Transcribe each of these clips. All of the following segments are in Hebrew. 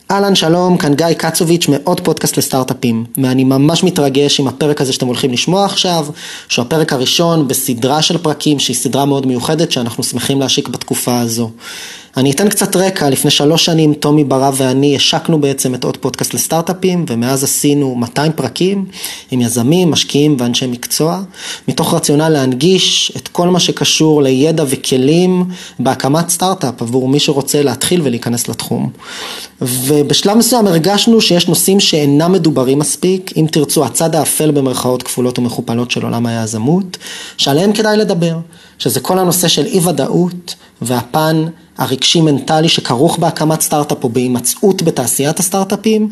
אהלן שלום, כאן גיא קצוביץ' מעוד פודקאסט לסטארט-אפים, ואני ממש מתרגש עם הפרק הזה שאתם הולכים לשמוע עכשיו, שהוא הפרק הראשון בסדרה של פרקים, שהיא סדרה מאוד מיוחדת שאנחנו שמחים להשיק בתקופה הזו. אני אתן קצת רקע, לפני 3 שנים תומי ברב ואני השקנו בעצם את עוד פודקאסט לסטארט-אפים, ומאז עשינו 200 פרקים עם יזמים, משקיעים ואנשי מקצוע, מתוך רציונל להנגיש את כל מה שקשור לידע וכלים בהקמת סטארט-אפ, עבור מי שרוצה להתחיל ולהיכנס לתחום. ובשלב מסוים הרגשנו שיש נושאים שאינם מדוברים מספיק, אם תרצו הצד האפל במרכאות כפולות ומכופלות של עולם היזמות, שעליהם כדאי לדבר, שזה כל הנושא של אי ודאות והפן הרגשי מנטלי שכרוך בהקמת סטארט-אפ או בהימצאות בתעשיית הסטארט-אפים,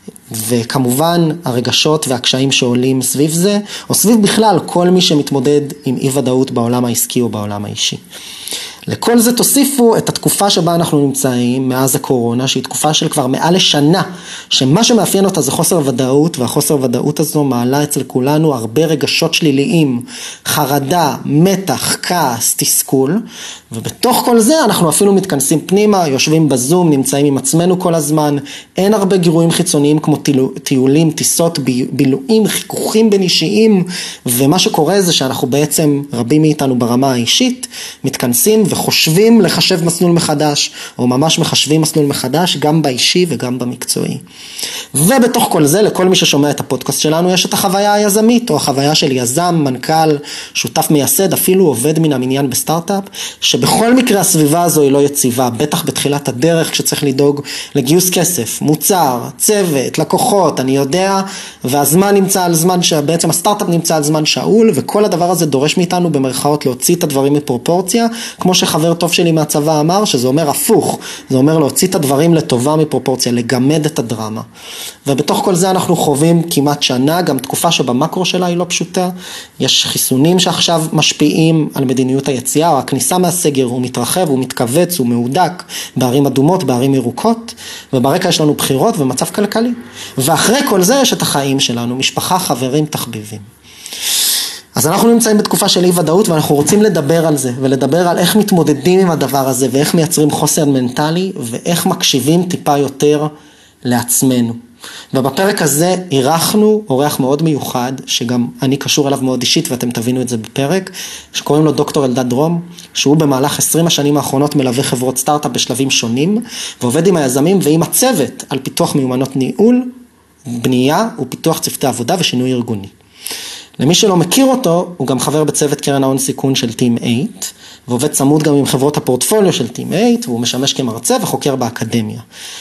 וכמובן הרגשות והקשיים שעולים סביב זה, או סביב בכלל כל מי שמתמודד עם אי ודאות בעולם העסקי או בעולם האישי. לכל זה תוסיפו את התקופה שבה אנחנו נמצאים מאז הקורונה, שהיא תקופה של כבר מעל לשנה, שמה שמאפיין אותה זה חוסר ודאות, והחוסר ודאות הזו מעלה אצל כולנו הרבה רגשות שליליים, חרדה, מתח, כעס, תסכול, ובתוך כל זה אנחנו אפילו מתכנסים פנימה, יושבים בזום, נמצאים עם עצמנו כל הזמן, אין הרבה גירויים חיצוניים כמו טיולים, טיסות, בילויים, חיכוכים בין אישיים, ומה שקורה זה שאנחנו בעצם, רבים מאיתנו ברמה האישית, מתכנסים וחושבים לחשב מסלול מחדש, או ממש מחשבים מסלול מחדש, גם באישי וגם במקצועי. ובתוך כל זה, לכל מי ששומע את הפודקאסט שלנו, יש את החוויה היזמית, או החוויה של יזם, מנכ"ל, שותף מייסד, אפילו עובד מן המניין בסטארט-אפ, שבכל מקרה הסביבה הזו היא לא יציבה, בטח בתחילת הדרך, כשצריך לדאוג לגיוס כסף, מוצר, צוות, לקוחות, אני יודע, והזמן נמצא על זמן, בעצם הסטארט-אפ נמצא על זמן שאול, וכל הדבר הזה דורש מאיתנו במרכאות להוציא את הדברים מפרופורציה, כמו שחבר טוב שלי מהצבא אמר, שזה אומר הפוך, זה אומר להוציא את הדברים לטובה מפרופורציה, לגמד את הדרמה. ובתוך כל זה אנחנו חווים כמעט שנה, גם תקופה שבמקרו שלה היא לא פשוטה, יש חיסונים שעכשיו משפיעים על מדיניות היציאה, או הכניסה מהסגר, הוא מתרחב, הוא מתכווץ, הוא מהודק, בערים אדומות, בערים ירוקות, וברקע יש לנו בחירות ומצב כלכלי. ואחרי כל זה יש את החיים שלנו, משפחה, חברים, תחביבים. אז אנחנו נמצאים בתקופה של אי ודאות, ואנחנו רוצים לדבר על זה, ולדבר על איך מתמודדים עם הדבר הזה, ואיך מייצרים חוסן מנטלי, ואיך מקשיבים טיפה יותר לעצמנו. ובפרק הזה אירחנו אורח מאוד מיוחד, שגם אני קשור אליו מאוד אישית, ואתם תבינו את זה בפרק, שקוראים לו דוקטור אלדד דרום, שהוא במהלך 20 השנים האחרונות מלווה חברות סטארט-אפ בשלבים שונים, ועובד עם היזמים ועם הצוות על פיתוח מיומנות ניהול, בנייה ופיתוח צוותי עבודה ושינוי ארגוני. למי שלא מכיר אותו, הוא גם חבר בצוות קרן ההון סיכון של טים 8, ועובד צמוד גם עם חברות הפורטפוליו של טים 8, והוא משמש כמרצה וחוקר באקדמיה.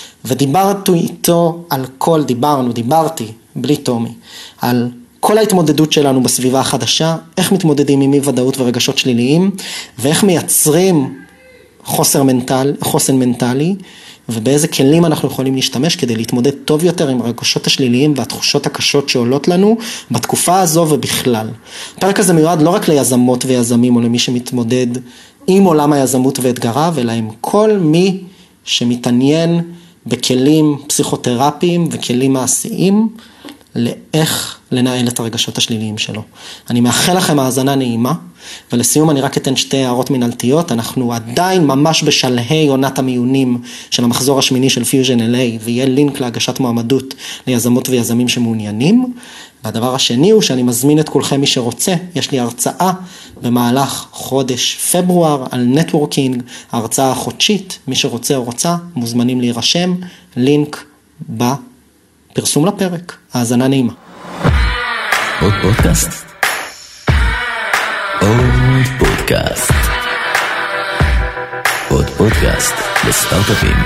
דיברתי, בלי תומי, על כל ההתמודדות שלנו בסביבה החדשה, איך מתמודדים עם אי ודאות ורגשות שליליים, ואיך מייצרים חוסן מנטלי, ובאיזה כלים אנחנו יכולים להשתמש כדי להתמודד טוב יותר עם הרגשות השליליים והתחושות הקשות שעולות לנו בתקופה הזו ובכלל. הפרק הזה מיועד לא רק ליזמות ויזמים או למי שמתמודד עם עולם היזמות ואתגריו, אלא עם כל מי שמתעניין בכלים פסיכותרפיים וכלים מעשיים לאיך לנהל את הרגשות השליליים שלו. אני מאחל לכם האזנה נעימה, ולסיום אני רק אתן 2 הערות מנהלתיות. אנחנו עדיין ממש בשלהי עונת המיונים של המחזור השמיני של פיוז'ן LA, ויהיה לינק להגשת מועמדות ליזמות ויזמים שמעוניינים. והדבר השני הוא שאני מזמין את כולכם מי שרוצה, יש לי הרצאה במהלך חודש פברואר על נטוורקינג, ההרצאה החודשית, מי שרוצה או רוצה מוזמנים להירשם, לינק בפרסום לפרק. האזנה נעימה. עוד פודקאסט. עוד פודקאסט לסטארט-אפים.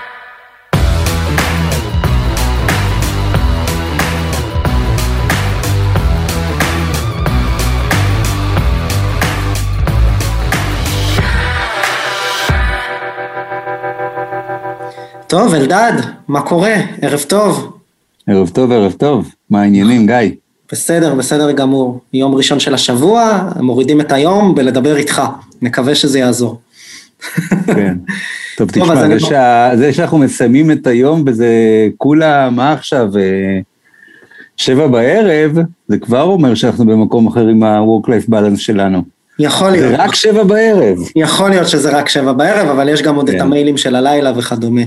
טוב, אלדד, מה קורה? ערב טוב. ערב טוב, ערב טוב. מה העניינים, גיא? בסדר גמור. יום ראשון של השבוע, מורידים את היום בלדבר איתך. נקווה שזה יעזור. כן. טוב, תשמע, זה שאנחנו מסיימים את היום, וזה כולה, מה עכשיו, 7 בערב, זה כבר אומר שאנחנו במקום אחר עם ה-work-life balance שלנו. יכול להיות. זה רק 7 בערב. יכול להיות שזה רק 7 בערב, אבל יש גם עוד את המיילים של הלילה וכדומה.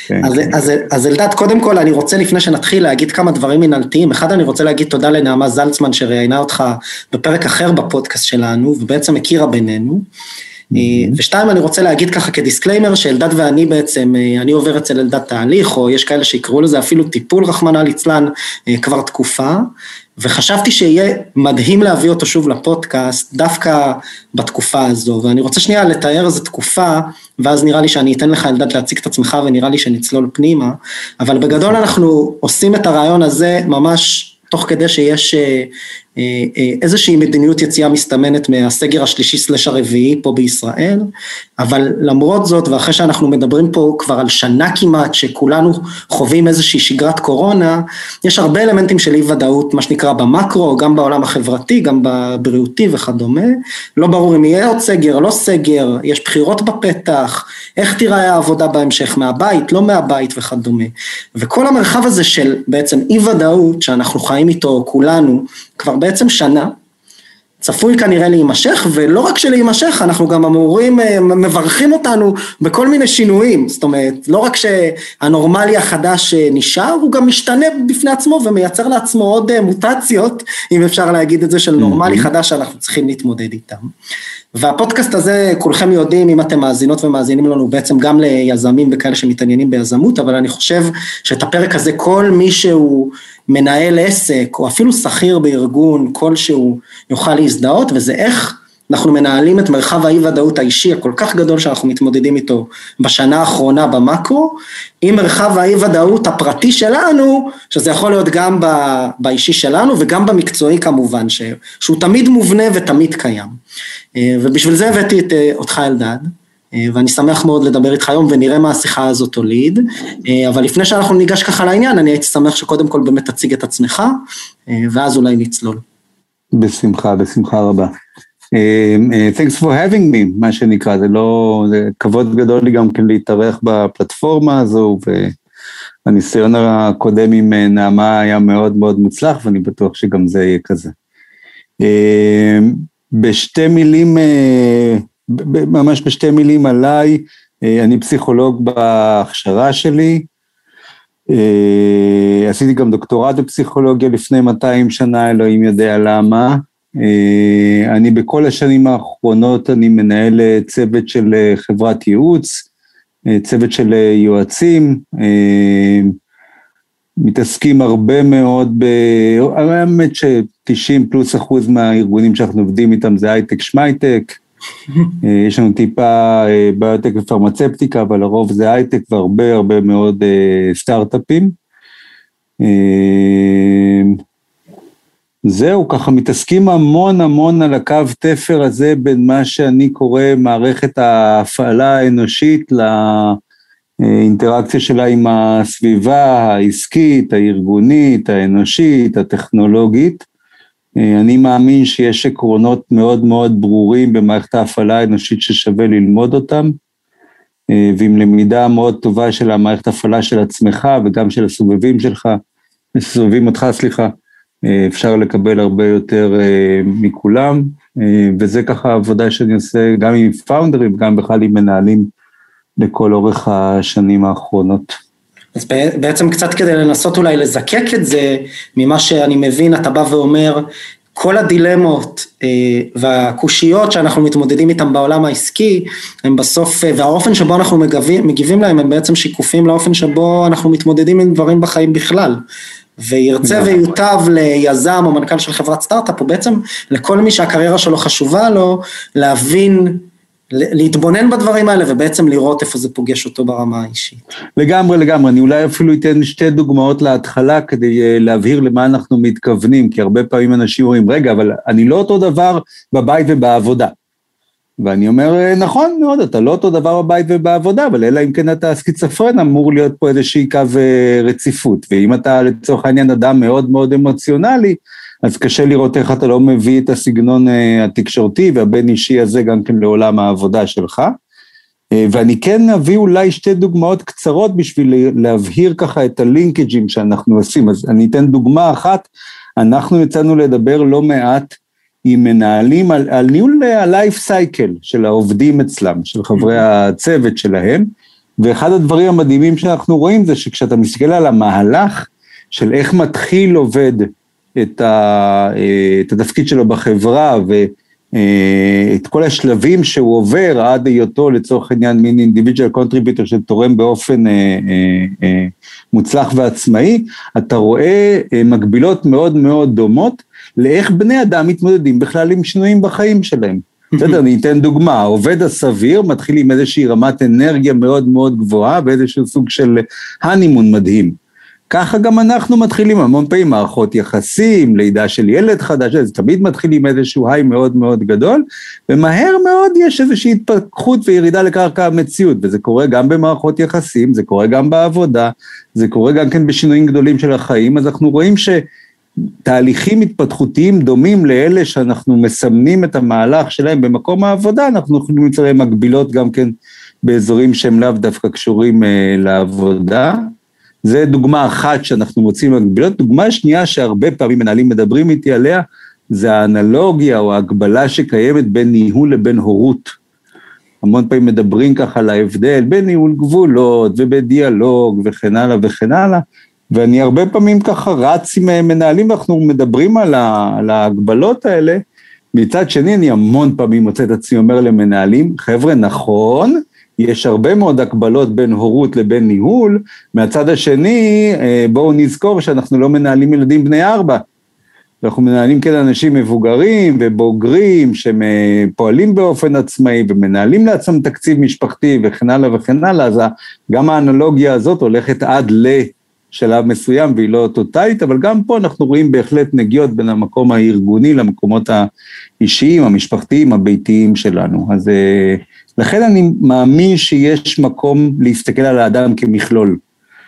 אז אלדד, קודם כל אני רוצה לפני שנתחיל להגיד כמה דברים מנהלתיים. אחד, אני רוצה להגיד תודה לנעמה זלצמן שראיינה אותך בפרק אחר בפודקאסט שלנו, ובעצם הכירה בינינו. ושתיים, אני רוצה להגיד ככה כדיסקליימר, שאלדד ואני בעצם, אני עובר אצל אלדד תהליך, או יש כאלה שיקראו לזה אפילו טיפול רחמנא ליצלן כבר תקופה, וחשבתי שיהיה מדהים להביא אותו שוב לפודקאסט, דווקא בתקופה הזו, ואני רוצה שנייה לתאר איזו תקופה, ואז נראה לי שאני אתן לך אלדד להציג את עצמך, ונראה לי שנצלול פנימה, אבל בגדול אנחנו עושים את הרעיון הזה ממש תוך כדי שיש איזושהי מדיניות יציאה מסתמנת מהסגר השלישי/הרביעי פה בישראל, אבל למרות זאת, ואחרי שאנחנו מדברים פה כבר על שנה כמעט, שכולנו חווים איזושהי שגרת קורונה, יש הרבה אלמנטים של אי ודאות, מה שנקרא במקרו, גם בעולם החברתי, גם בבריאותי וכדומה, לא ברור אם יהיה עוד סגר, לא סגר, יש בחירות בפתח, איך תיראה העבודה בהמשך, מהבית, לא מהבית וכדומה, וכל המרחב הזה של בעצם אי ודאות, שאנחנו חיים איתו כולנו, כבר בעצם שנה, צפוי כנראה להימשך, ולא רק שלהימשך, אנחנו גם אמורים, מברכים אותנו בכל מיני שינויים, זאת אומרת, לא רק שהנורמלי החדש נשאר, הוא גם משתנה בפני עצמו, ומייצר לעצמו עוד מוטציות, אם אפשר להגיד את זה, של נורמלי חדש, שאנחנו צריכים להתמודד איתם. והפודקאסט הזה, כולכם יודעים, אם אתם מאזינות ומאזינים לנו, בעצם גם ליזמים וכאלה שמתעניינים ביזמות, אבל אני חושב שאת הפרק הזה, כל מי שהוא מנהל עסק, או אפילו שכיר בארגון, כלשהו יוכל להזדהות, וזה איך אנחנו מנהלים את מרחב האי-ודאות האישי, הכל כך גדול שאנחנו מתמודדים איתו בשנה האחרונה במקרו, עם מרחב האי-ודאות הפרטי שלנו, שזה יכול להיות גם באישי שלנו, וגם במקצועי כמובן, שהוא תמיד מובנה ותמיד קיים. ובשביל זה הבאתי אותך אלדד, ואני שמח מאוד לדבר איתך היום, ונראה מה השיחה הזאת תוליד, אבל לפני שאנחנו ניגש ככה לעניין, אני הייתי שמח שקודם כל באמת תציג את עצמך, ואז אולי נצלול. בשמחה, בשמחה רבה. Thanks for having me, מה שנקרא, זה כבוד גדול לי גם כן להתארח בפלטפורמה הזו, והניסיון הקודם עם נעמה היה מאוד מאוד מוצלח, ואני בטוח שגם זה יהיה כזה. ממש בשתי מילים עליי, אני פסיכולוג בהכשרה שלי, עשיתי גם דוקטורט בפסיכולוגיה לפני 200 שנה, אלוהים יודע למה, אני בכל השנים האחרונות אני מנהל צוות של חברת ייעוץ, צוות של יועצים, מתעסקים הרבה מאוד, האמת ש90+% מהארגונים שאנחנו עובדים איתם זה הייטק שמייטק, יש לנו טיפה ביוטק ופרמצפטיקה, אבל לרוב זה הייטק והרבה הרבה מאוד סטארט-אפים. זהו, ככה מתעסקים המון המון על הקו תפר הזה, בין מה שאני קורא מערכת ההפעלה האנושית, לאינטראקציה שלה עם הסביבה העסקית, הארגונית, האנושית, הטכנולוגית. אני מאמין שיש עקרונות מאוד מאוד ברורים במערכת ההפעלה האנושית ששווה ללמוד אותם, ועם למידה מאוד טובה של המערכת ההפעלה של עצמך, וגם של הסובבים אותך, אפשר לקבל הרבה יותר מכולם, וזה ככה העבודה שאני עושה גם עם פאונדרים, גם בכלל עם מנהלים לכל אורך השנים האחרונות. אז בעצם קצת כדי לנסות אולי לזקק את זה, ממה שאני מבין, אתה בא ואומר, כל הדילמות והקושיות שאנחנו מתמודדים איתם בעולם העסקי, הם בסוף, והאופן שבו אנחנו מגיבים להם, הם בעצם שיקופים לאופן שבו אנחנו מתמודדים עם דברים בחיים בכלל. וירצה ויוטב ליזם או מנכ"ל של חברת סטארט-אפ, או בעצם לכל מי שהקריירה שלו חשובה לו, להבין, להתבונן בדברים האלה, ובעצם לראות איפה זה פוגש אותו ברמה האישית. לגמרי, אני אולי אפילו אתן 2 דוגמאות להתחלה, כדי להבהיר למה אנחנו מתכוונים, כי הרבה פעמים אנשים אומרים, רגע, אבל אני לא אותו דבר בבית ובעבודה. ואני אומר, נכון מאוד, אתה לא אותו דבר בבית ובעבודה, אבל אלא אם כן אתה סקיצופרן, אמור להיות פה איזושהי קו רציפות, ואם אתה לצורך העניין אדם מאוד מאוד אמוציונלי, אז קשה לראות איך אתה לא מביא את הסגנון התקשורתי והבין אישי הזה גם כן לעולם העבודה שלך, ואני כן אביא אולי 2 דוגמאות קצרות בשביל להבהיר ככה את הלינקג'ים שאנחנו עושים, אז אני אתן דוגמה אחת, אנחנו יצאנו לדבר לא מעט עם מנהלים על ניהול ה-life cycle של העובדים אצלם, של חברי הצוות שלהם, ואחד הדברים המדהימים שאנחנו רואים זה שכשאתה מסתכל על המהלך של איך מתחיל עובד את התפקיד שלו בחברה, ואת כל השלבים שהוא עובר עד היותו לצורך העניין מין individual contributor שתורם באופן מוצלח ועצמאי, אתה רואה מקבילות מאוד מאוד דומות, לאיך בני אדם מתמודדים בכלל עם שינויים בחיים שלהם. בסדר, אני אתן דוגמה, העובד הסביר מתחיל עם איזושהי רמת אנרגיה מאוד מאוד גבוהה, ואיזשהו סוג של הנימון מדהים. ככה גם אנחנו מתחילים המון פעמים, מערכות יחסים, לידה של ילד חדש, אז תמיד מתחילים איזשהו היי מאוד מאוד גדול, ומהר מאוד יש איזושהי התפתחות וירידה לקרקע המציאות, וזה קורה גם במערכות יחסים, זה קורה גם בעבודה, זה קורה גם כן בשינויים גדולים של החיים, אז אנחנו רואים תהליכים התפתחותיים דומים לאלה שאנחנו מסמנים את המהלך שלהם במקום העבודה, אנחנו יכולים למצוא להם מקבילות גם כן באזורים שהם לאו דווקא קשורים לעבודה. זה דוגמה אחת שאנחנו מוצאים מקבילות. דוגמה שנייה שהרבה פעמים מנהלים מדברים איתי עליה, זה האנלוגיה או ההגבלה שקיימת בין ניהול לבין הורות. המון פעמים מדברים ככה על ההבדל בין ניהול גבולות ובדיאלוג וכן הלאה וכן הלאה, ואני הרבה פעמים ככה רץ עם מנהלים, ואנחנו מדברים על ההגבלות האלה, מצד שני אני המון פעמים מוצא את עצמי אומר למנהלים, חבר'ה נכון, יש הרבה מאוד הגבלות בין הורות לבין ניהול, מהצד השני בואו נזכור שאנחנו לא מנהלים ילדים בני 4, אנחנו מנהלים כאלה אנשים מבוגרים ובוגרים, שהם פועלים באופן עצמאי, ומנהלים לעצמם תקציב משפחתי וכן הלאה וכן הלאה, אז גם האנלוגיה הזאת הולכת עד שלב מסוים, והיא לא טוטלית, אבל גם פה אנחנו רואים בהחלט נגיעות בין המקום הארגוני למקומות האישיים, המשפחתיים, הביתיים שלנו. אז לכן אני מאמין שיש מקום להסתכל על האדם כמכלול,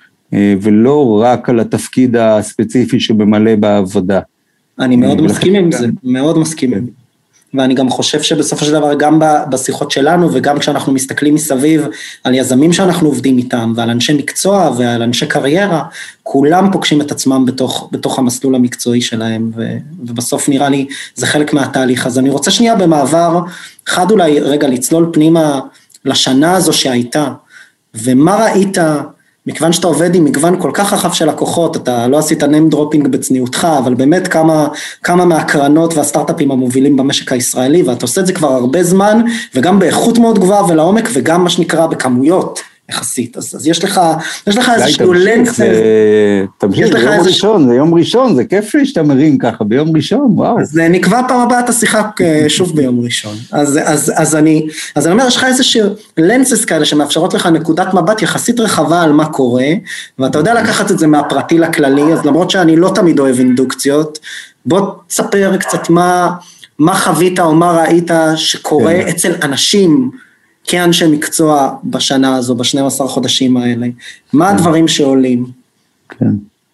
ולא רק על התפקיד הספציפי שממלא בעבודה. אני מאוד מסכים עם זה, מאוד מסכים עם זה. ואני גם חושב שבסופו של דבר, גם בשיחות שלנו, וגם כשאנחנו מסתכלים מסביב על יזמים שאנחנו עובדים איתם, ועל אנשי מקצוע ועל אנשי קריירה, כולם פוגשים את עצמם בתוך המסלול המקצועי שלהם, ובסוף נראה לי זה חלק מהתהליך. אז אני רוצה שנייה במעבר, אחד אולי רגע לצלול פנימה לשנה הזו שהייתה, ומה ראית, מכיוון שאתה עובד עם מגוון כל כך רחב של לקוחות, אתה לא עשית name dropping בצניעותך, אבל באמת כמה מהקרנות והסטארט-אפים המובילים במשק הישראלי, ואתה עושה את זה כבר הרבה זמן, וגם באיכות מאוד גבוהה ולעומק, וגם מה שנקרא בכמויות יחסית. אז יש לך איזשהו לנס. תמשיך, זה יום ראשון, זה כיף לי שאתה מרים ככה ביום ראשון, וואו. אז נקבע פעם הבאה את השיחה שוב ביום ראשון. אז אני אומר, יש לך איזשהו לנסס כאלה שמאפשרות לך נקודת מבט יחסית רחבה על מה קורה, ואתה יודע לקחת את זה מהפרטי לכללי, אז למרות שאני לא תמיד אוהב אינדוקציות, בוא תספר קצת מה חווית או מה ראית שקורה אצל אנשים, כאנשי מקצוע בשנה הזו, ב12 חודשים האלה. מה הדברים שעולים? כן.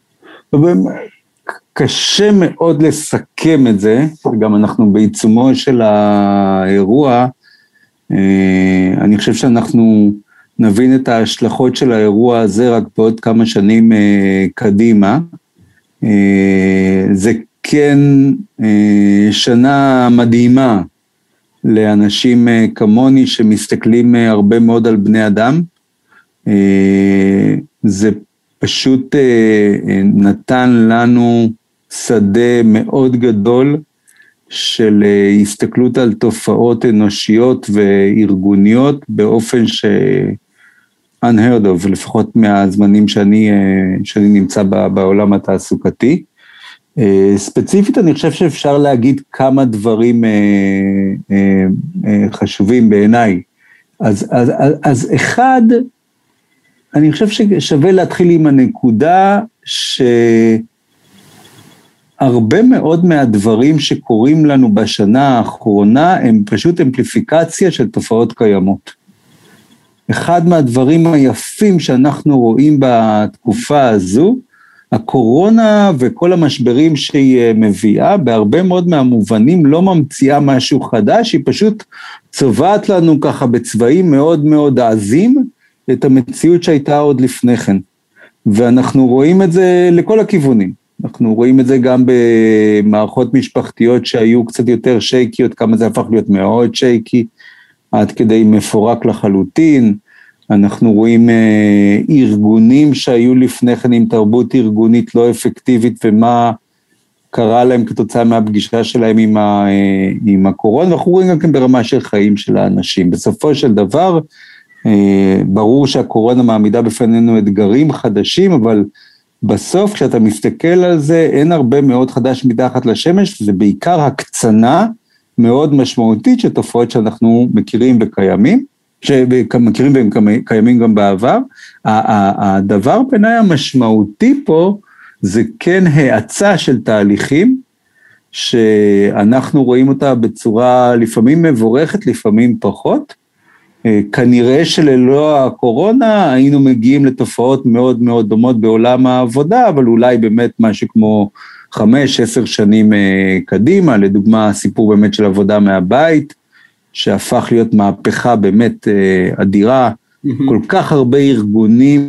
קשה מאוד לסכם את זה, וגם אנחנו בעיצומו של האירוע, אני חושב שאנחנו נבין את ההשלכות של האירוע הזה רק בעוד כמה שנים קדימה. זה כן שנה מדהימה, לאנשים כמוני שמסתכלים הרבה מאוד על בני אדם, זה פשוט נתן לנו שדה מאוד גדול של הסתכלות על תופעות אנושיות וארגוניות באופן unheard of, לפחות מהזמנים שאני נמצא בעולם התעסוקתי. ספציפית אני חושב שאפשר להגיד כמה דברים חשובים בעיניי. אז אחד, אני חושב ששווה להתחיל עם הנקודה שהרבה מאוד מהדברים שקורים לנו בשנה האחרונה הם פשוט אמפליפיקציה של תופעות קיימות. אחד מהדברים היפים שאנחנו רואים בתקופה הזו, הקורונה וכל המשברים שהיא מביאה, בהרבה מאוד מהמובנים לא ממציאה משהו חדש, היא פשוט צובעת לנו ככה בצבעים מאוד מאוד עזים, את המציאות שהייתה עוד לפני כן. ואנחנו רואים את זה לכל הכיוונים. אנחנו רואים את זה גם במערכות משפחתיות שהיו קצת יותר שייקיות, כמה זה הפך להיות מאוד שייקי, עד כדי מפורק לחלוטין. אנחנו רואים ארגונים שהיו לפני כן עם תרבות ארגונית לא אפקטיבית, ומה קרה להם כתוצאה מהפגישה שלהם עם הקורונה, ואנחנו רואים גם כן ברמה של חיים של האנשים. בסופו של דבר, ברור שהקורונה מעמידה בפנינו אתגרים חדשים, אבל בסוף כשאתה מסתכל על זה, אין הרבה מאוד חדש מתחת לשמש, זה בעיקר הקצנה מאוד משמעותית של תופעות שאנחנו מכירים וקיימים, שמכירים והם קיימים גם בעבר. הדבר בעיניי המשמעותי פה, זה כן האצה של תהליכים, שאנחנו רואים אותה בצורה לפעמים מבורכת, לפעמים פחות. כנראה שללא הקורונה היינו מגיעים לתופעות מאוד מאוד דומות בעולם העבודה, אבל אולי באמת משהו כמו 5-10 שנים קדימה, לדוגמה הסיפור באמת של עבודה מהבית, שהפך להיות מהפכה באמת אדירה, כל כך הרבה ארגונים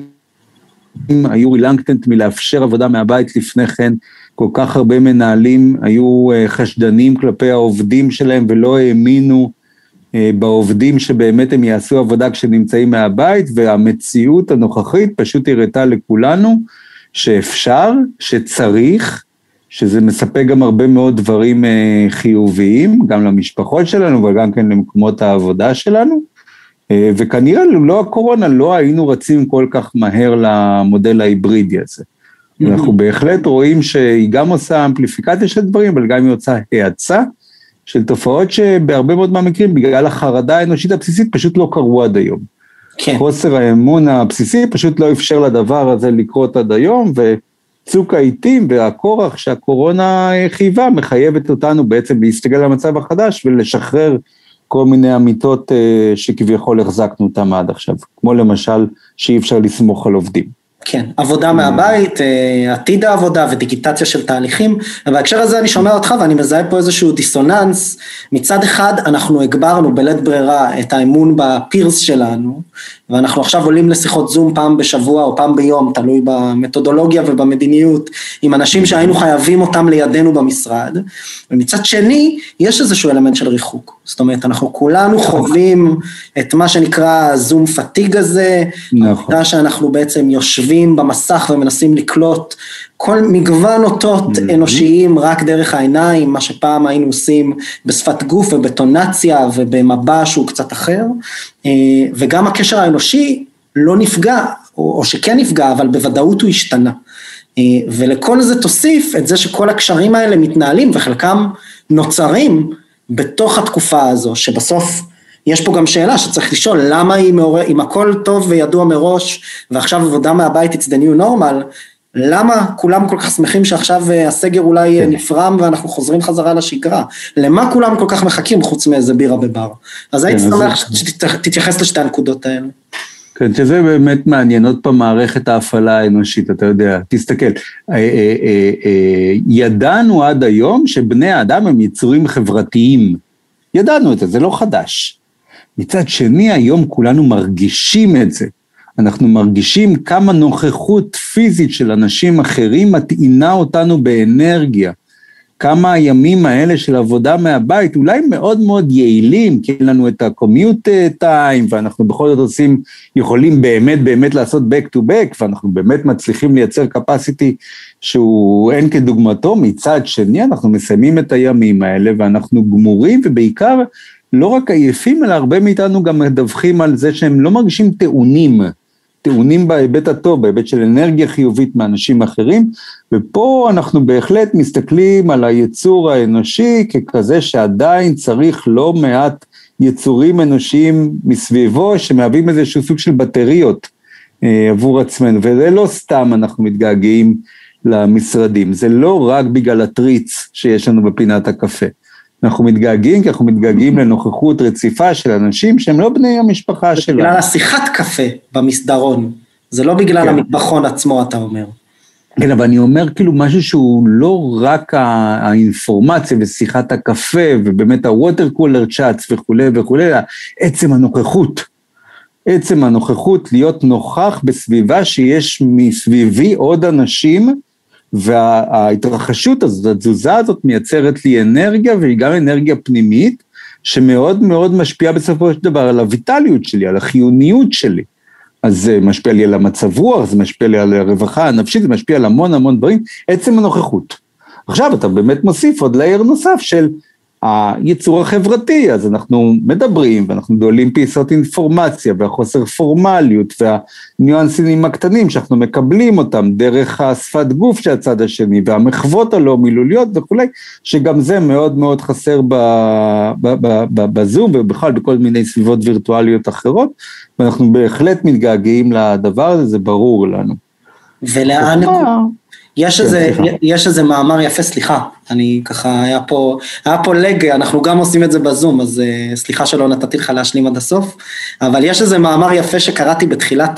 היו רילנקטנט מלאפשר עבודה מהבית לפני כן, כל כך הרבה מנהלים היו חשדנים כלפי העובדים שלהם ולא האמינו בעובדים שבאמת הם יעשו עבודה כשנמצאים מהבית, והמציאות הנוכחית פשוט הראתה לכולנו שאפשר, שצריך, שזה מספק גם הרבה מאוד דברים חיוביים, גם למשפחות שלנו וגם כן למקומות העבודה שלנו, וכנראה לא הקורונה, לא היינו רצים כל כך מהר למודל ההיברידי הזה. אנחנו בהחלט רואים שהיא גם עושה אמפליפיקציה של דברים, אבל גם היא עושה האצה של תופעות שבהרבה מאוד מהמקרים, בגלל החרדה האנושית הבסיסית, פשוט לא קרו עד היום. כן. חוסר האמון הבסיסי פשוט לא אפשר לדבר הזה לקרות עד היום, וצוק העיתים והכורח שהקורונה חייבה, מחייבת אותנו בעצם להסתגל למצב החדש, ולשחרר כל מיני אמיתות שכביכול החזקנו אותם עד עכשיו, כמו למשל שאי אפשר לסמוך על עובדים. כן, עבודה מהבית, עתיד העבודה ודיגיטציה של תהליכים, ובהקשר הזה אני שומע אותך ואני מזהה פה איזשהו דיסוננס. מצד אחד אנחנו הגברנו בלית ברירה את האמון בפירס שלנו, ואנחנו עכשיו עולים לשיחות זום פעם בשבוע או פעם ביום, תלוי במתודולוגיה ובמדיניות, עם אנשים שהיינו חייבים אותם לידינו במשרד, ומצד שני יש איזשהו אלמנט של ריחוק, זאת אומרת אנחנו כולנו חווים את מה שנקרא זום פטיג הזה, נכון. שאנחנו בעצם יושבים במסך ומנסים לקלוט כל מגוון אותות אנושיים רק דרך העיניים, מה שפעם היינו עושים בשפת גוף ובטונציה ובמבע שהוא קצת אחר, וגם הקשר האנושי לא נפגע, או שכן נפגע, אבל בוודאות הוא השתנה. ולכל זה תוסיף את זה שכל הקשרים האלה מתנהלים, וחלקם נוצרים בתוך התקופה הזו, שבסוף יש פה גם שאלה שצריך לשאול, למה אם הכל טוב וידוע מראש, ועכשיו עבודה מהבית it's the new normal, למה כולם כל כך שמחים שעכשיו הסגר אולי נפרם ואנחנו חוזרים חזרה לשגרה? למה כולם כל כך מחכים חוץ מאיזה בירה בבר? אז הייתי שמח שתתייחס לשתי הנקודות האלה. כן, שזה באמת מעניין, עוד פעם מערכת ההפעלה האנושית, אתה יודע, תסתכל, ידענו עד היום שבני האדם הם יצורים חברתיים, ידענו את זה, זה לא חדש. מצד שני, היום כולנו מרגישים את זה, אנחנו מרגישים כמה נוכחות פיזית של אנשים אחרים מטעינה אותנו באנרגיה, כמה הימים האלה של עבודה מהבית, אולי מאוד מאוד יעילים, כי אין לנו את ה-commute time, ואנחנו בכל זאת יכולים באמת לעשות back to back, ואנחנו באמת מצליחים לייצר capacity שהוא אין כדוגמתו, מצד שני אנחנו מסיימים את הימים האלה, ואנחנו גמורים, ובעיקר לא רק עייפים, אלא הרבה מאיתנו גם מדווחים על זה שהם לא מרגישים טעונים בהיבט הטוב, בהיבט של אנרגיה חיובית מאנשים אחרים, ופה אנחנו בהחלט מסתכלים על היצור האנושי ככזה שעדיין צריך לא מעט יצורים אנושיים מסביבו, שמהווים איזשהו סוג של בטריות עבור עצמנו, וזה לא סתם אנחנו מתגעגעים למשרדים, זה לא רק בגלל הטריץ שיש לנו בפינת הקפה, אנחנו מתגעגעים כי אנחנו מתגעגעים לנוכחות רציפה של אנשים שהם לא בני המשפחה שלנו. בגלל השיחת קפה במסדרון, זה לא בגלל המטבחון עצמו אתה אומר. כן, אבל אני אומר כאילו משהו שהוא לא רק האינפורמציה ושיחת הקפה ובאמת הווטר קולר צ'אטס וכו', עצם הנוכחות להיות נוכח בסביבה שיש מסביבי עוד אנשים וההתרחשות הזאת, התזוזה הזאת מייצרת לי אנרגיה, והיא גם אנרגיה פנימית, שמאוד מאוד משפיעה בסופו של דבר על הויטליות שלי, על החיוניות שלי. אז זה משפיע לי על המצב רוח, זה משפיע לי על הרווחה הנפשית, זה משפיע על המון המון דברים, עצם הנוכחות. עכשיו אתה באמת מוסיף עוד לייר נוסף של היצור החברתי, אז אנחנו מדברים ואנחנו דולים פיסות אינפורמציה והחוסר פורמליות והניואנסים הקטנים שאנחנו מקבלים אותם דרך השפת גוף של הצד השני והמחוות הלא מילוליות וכו', שגם זה מאוד מאוד חסר בזום ובכלל בכל מיני סביבות וירטואליות אחרות, ואנחנו בהחלט מתגעגעים לדבר הזה, זה ברור לנו. ולאן יש איזה מאמר יפה, סליחה, אני ככה, היה פה לג, אנחנו גם עושים את זה בזום, אז סליחה שלא נתתי לך להשלים עד הסוף, אבל יש איזה מאמר יפה שקראתי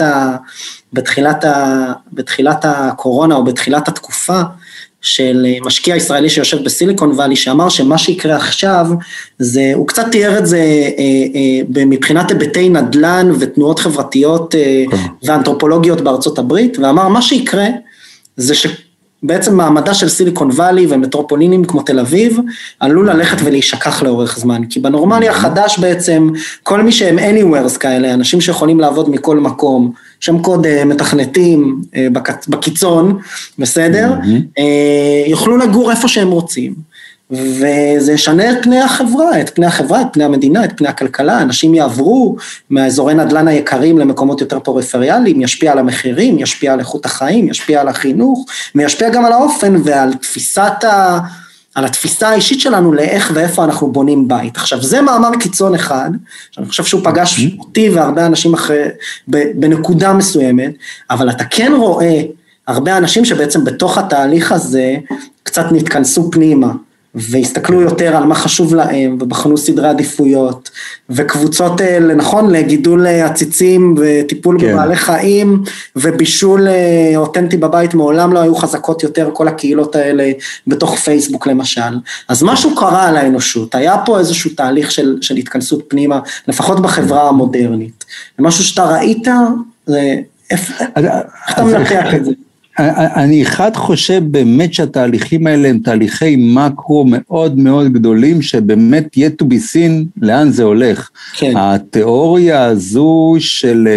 בתחילת הקורונה, או בתחילת התקופה, של משקיע ישראלי שיושב בסיליקון ואלי, שאמר שמה שיקרה עכשיו, הוא קצת תיאר את זה מבחינת היבטי נדל"ן ותנועות חברתיות ואנתרופולוגיות בארצות הברית, ואמר מה שיקרה זה שבעצם מעמדה של סיליקון ואלי ומטרופולינים כמו תל אביב, עלול ללכת ולהישכח לאורך זמן, כי בנורמלי החדש בעצם, כל מי שהם anywheres כאלה, אנשים שיכולים לעבוד מכל מקום, שם קוד מתכנתים בקיצון, בסדר? יוכלו לגור איפה שהם רוצים, וזה ישנה את פני החברה, את פני המדינה, את פני הכלכלה, אנשים יעברו מהאזורי נדל"ן היקרים למקומות יותר פריפריאליים, ישפיע על המחירים, ישפיע על איכות החיים, ישפיע על החינוך, וישפיע גם על האופן ועל על התפיסה האישית שלנו לאיך ואיפה אנחנו בונים בית. עכשיו, זה מאמר קיצון אחד, שאני חושב שהוא פגש אותי והרבה אנשים בנקודה מסוימת, אבל אתה כן רואה הרבה אנשים שבעצם בתוך התהליך הזה קצת נתכנסו פנימה, והסתכלו יותר על מה חשוב להם, ובחנו סדרי עדיפויות, וקבוצות, נכון, לגידול עציצים, וטיפול בבעלי חיים, ובישול אותנטי בבית, מעולם לא היו חזקות יותר, כל הקהילות האלה, בתוך פייסבוק למשל. אז משהו קרה על האנושות, היה פה איזשהו תהליך של התכנסות פנימה, לפחות בחברה המודרנית. ומשהו שאתה ראית, איך אתה מנתח את זה? אני אחד חושב באמת שהתהליכים האלה הם תהליכי מקרו מאוד מאוד גדולים, שבאמת yet to be seen לאן זה הולך. כן. התיאוריה הזו של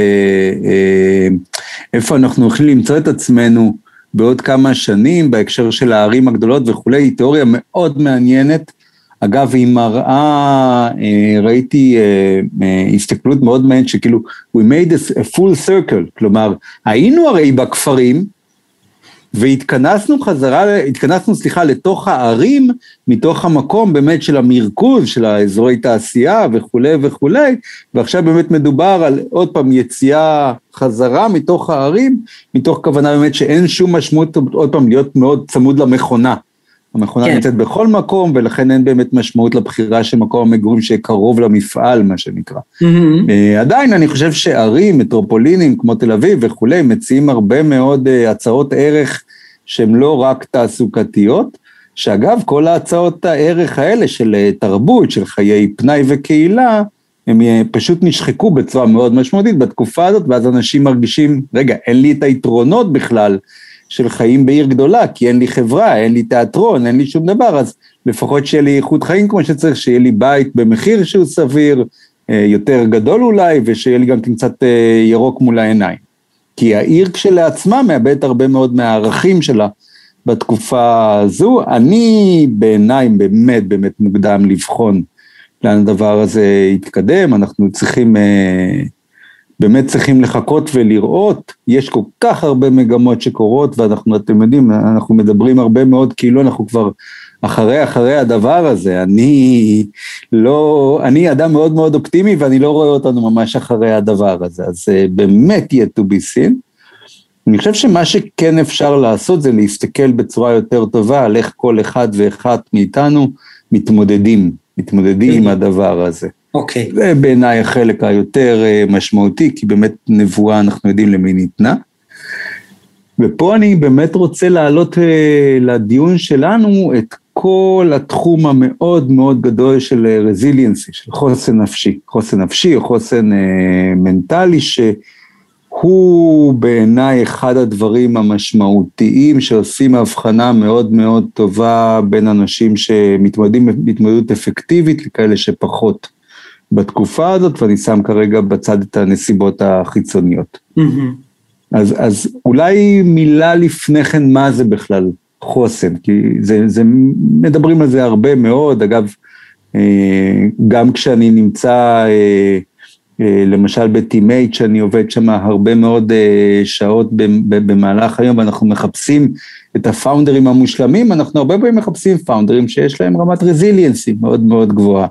איפה אנחנו יכולים למצוא את עצמנו בעוד כמה שנים, בהקשר של הערים הגדולות וכו', היא תיאוריה מאוד מעניינת. אגב, היא מראה, ראיתי הסתכלות מאוד מעניינת, שכאילו, we made a full circle, כלומר, היינו הרי בכפרים, והתכנסנו לתוך הערים, מתוך המקום באמת של המרכוז, של האזורי תעשייה וכו' וכו', ועכשיו באמת מדובר על עוד פעם יציאה חזרה מתוך הערים, מתוך כוונה באמת שאין שום משמעות עוד פעם להיות מאוד צמוד למכונה. המכונה נמצאת בכל מקום, ולכן אין באמת משמעות לבחירה של מקום המגורים שקרוב למפעל, מה שנקרא. עדיין אני חושב שערים, מטרופולינים, כמו תל אביב וכולי, מציעים הרבה מאוד הצעות ערך, שהן לא רק תעסוקתיות, שאגב, כל ההצעות הערך האלה של תרבות, של חיי פנאי וקהילה, הם פשוט נשחקו בצורה מאוד משמעותית בתקופה הזאת, ואז אנשים מרגישים, רגע, אין לי את היתרונות בכלל, של חיים בעיר גדולה, כי אין לי חברה, אין לי תיאטרון, אין לי שום דבר, אז לפחות שיהיה לי איכות חיים כמו שצריך, שיהיה לי בית במחיר שהוא סביר, יותר גדול אולי, ושיהיה לי גם קצת ירוק מול העיניים. כי העיר כשלעצמה מאבדת הרבה מאוד מהערכים שלה בתקופה הזו. אני בעיניי באמת באמת מוקדם לבחון לאן הדבר הזה יתקדם, אנחנו צריכים... באמת צריכים לחכות ולראות, יש כל כך הרבה מגמות שקורות, ואנחנו, אתם יודעים, אנחנו מדברים הרבה מאוד, כאילו אנחנו כבר אחרי הדבר הזה, אני אדם מאוד מאוד אופטימי, ואני לא רואה אותנו ממש אחרי הדבר הזה, אז באמת yet to be seen. אני חושב שמה שכן אפשר לעשות, זה להסתכל בצורה יותר טובה, על איך כל אחד ואחת מאיתנו מתמודדים עם הדבר הזה. אוקיי. זה בעיניי החלק היותר משמעותי, כי באמת נבואה אנחנו יודעים למי ניתנה. ופה אני באמת רוצה להעלות לדיון שלנו את כל התחום המאוד מאוד גדול של רזיליאנסי, של חוסן נפשי או חוסן מנטלי, שהוא הוא בעיניי אחד הדברים המשמעותיים שעושים הבחנה מאוד מאוד טובה בין אנשים שמתמודדים בהתמודדות אפקטיבית לכאלה שפחות בתקופה הזאת, ואני שם כרגע בצד את הנסיבות החיצוניות. אז אולי מילה לפני כן מה זה בכלל חוסן, כי מדברים על זה הרבה מאוד, אגב, גם כשאני נמצא למשל בטימייט, שאני עובד שם הרבה מאוד שעות במהלך היום, ואנחנו מחפשים את הפאונדרים המושלמים, אנחנו הרבה פעמים מחפשים פאונדרים שיש להם רמת רזיליאנסי מאוד מאוד גבוהה.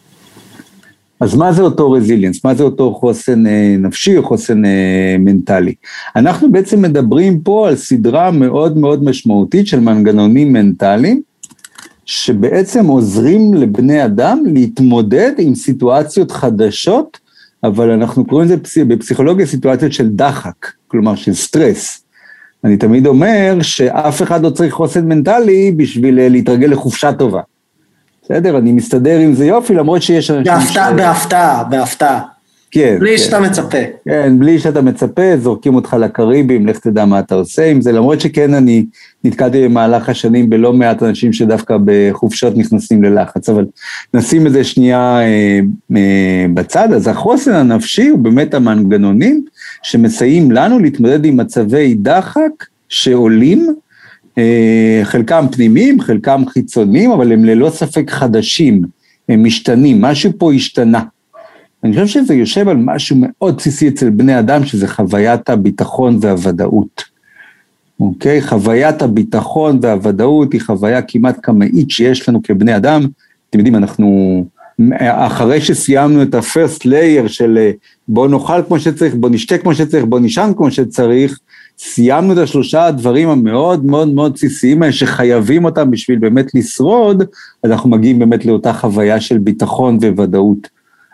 אז מה זה אותו רזיליאנס? מה זה אותו חוסן נפשי או חוסן מנטלי? אנחנו בעצם מדברים פה על סדרה מאוד מאוד משמעותית של מנגנונים מנטליים, שבעצם עוזרים לבני אדם להתמודד עם סיטואציות חדשות, אבל אנחנו קוראים לזה בפסיכולוגיה סיטואציות של דחק, כלומר של סטרס. אני תמיד אומר שאף אחד לא צריך חוסן מנטלי בשביל להתרגל לחופשה טובה. בסדר, אני מסתדר עם זה יופי, למרות שיש אנשים בהפתעה. כן. בלי שאתה מצפה. כן, בלי שאתה מצפה, זורקים אותך לקריבים, לך תדע מה אתה עושה עם זה, למרות שכן אני נתקלתי במהלך השנים בלא מעט אנשים שדווקא בחופשות נכנסים ללחץ, אבל נשים את זה שנייה בצד. אז החוסן הנפשי הוא באמת המנגנונים שמסייעים לנו להתמודד עם מצבי דחק שעולים, חלקם פנימיים, חלקם חיצוניים, אבל הם ללא ספק חדשים, הם משתנים, משהו פה השתנה. אני חושב שזה יושב על משהו מאוד בסיסי אצל בני אדם, שזה חוויית הביטחון והוודאות. אוקיי? חוויית הביטחון והוודאות היא חוויה כמעט קמאית שיש לנו כבני אדם. אתם יודעים, אנחנו, אחרי שסיימנו את ה-first layer של בוא נאכל כמו שצריך, בוא נשתה כמו שצריך, בוא נשן כמו שצריך, סיימנו את השלושה הדברים המאוד מאוד מאוד בסיסיים האלה, שחייבים אותם בשביל באמת לשרוד, אז אנחנו מגיעים באמת לאותה חוויה של ביטחון וודאות.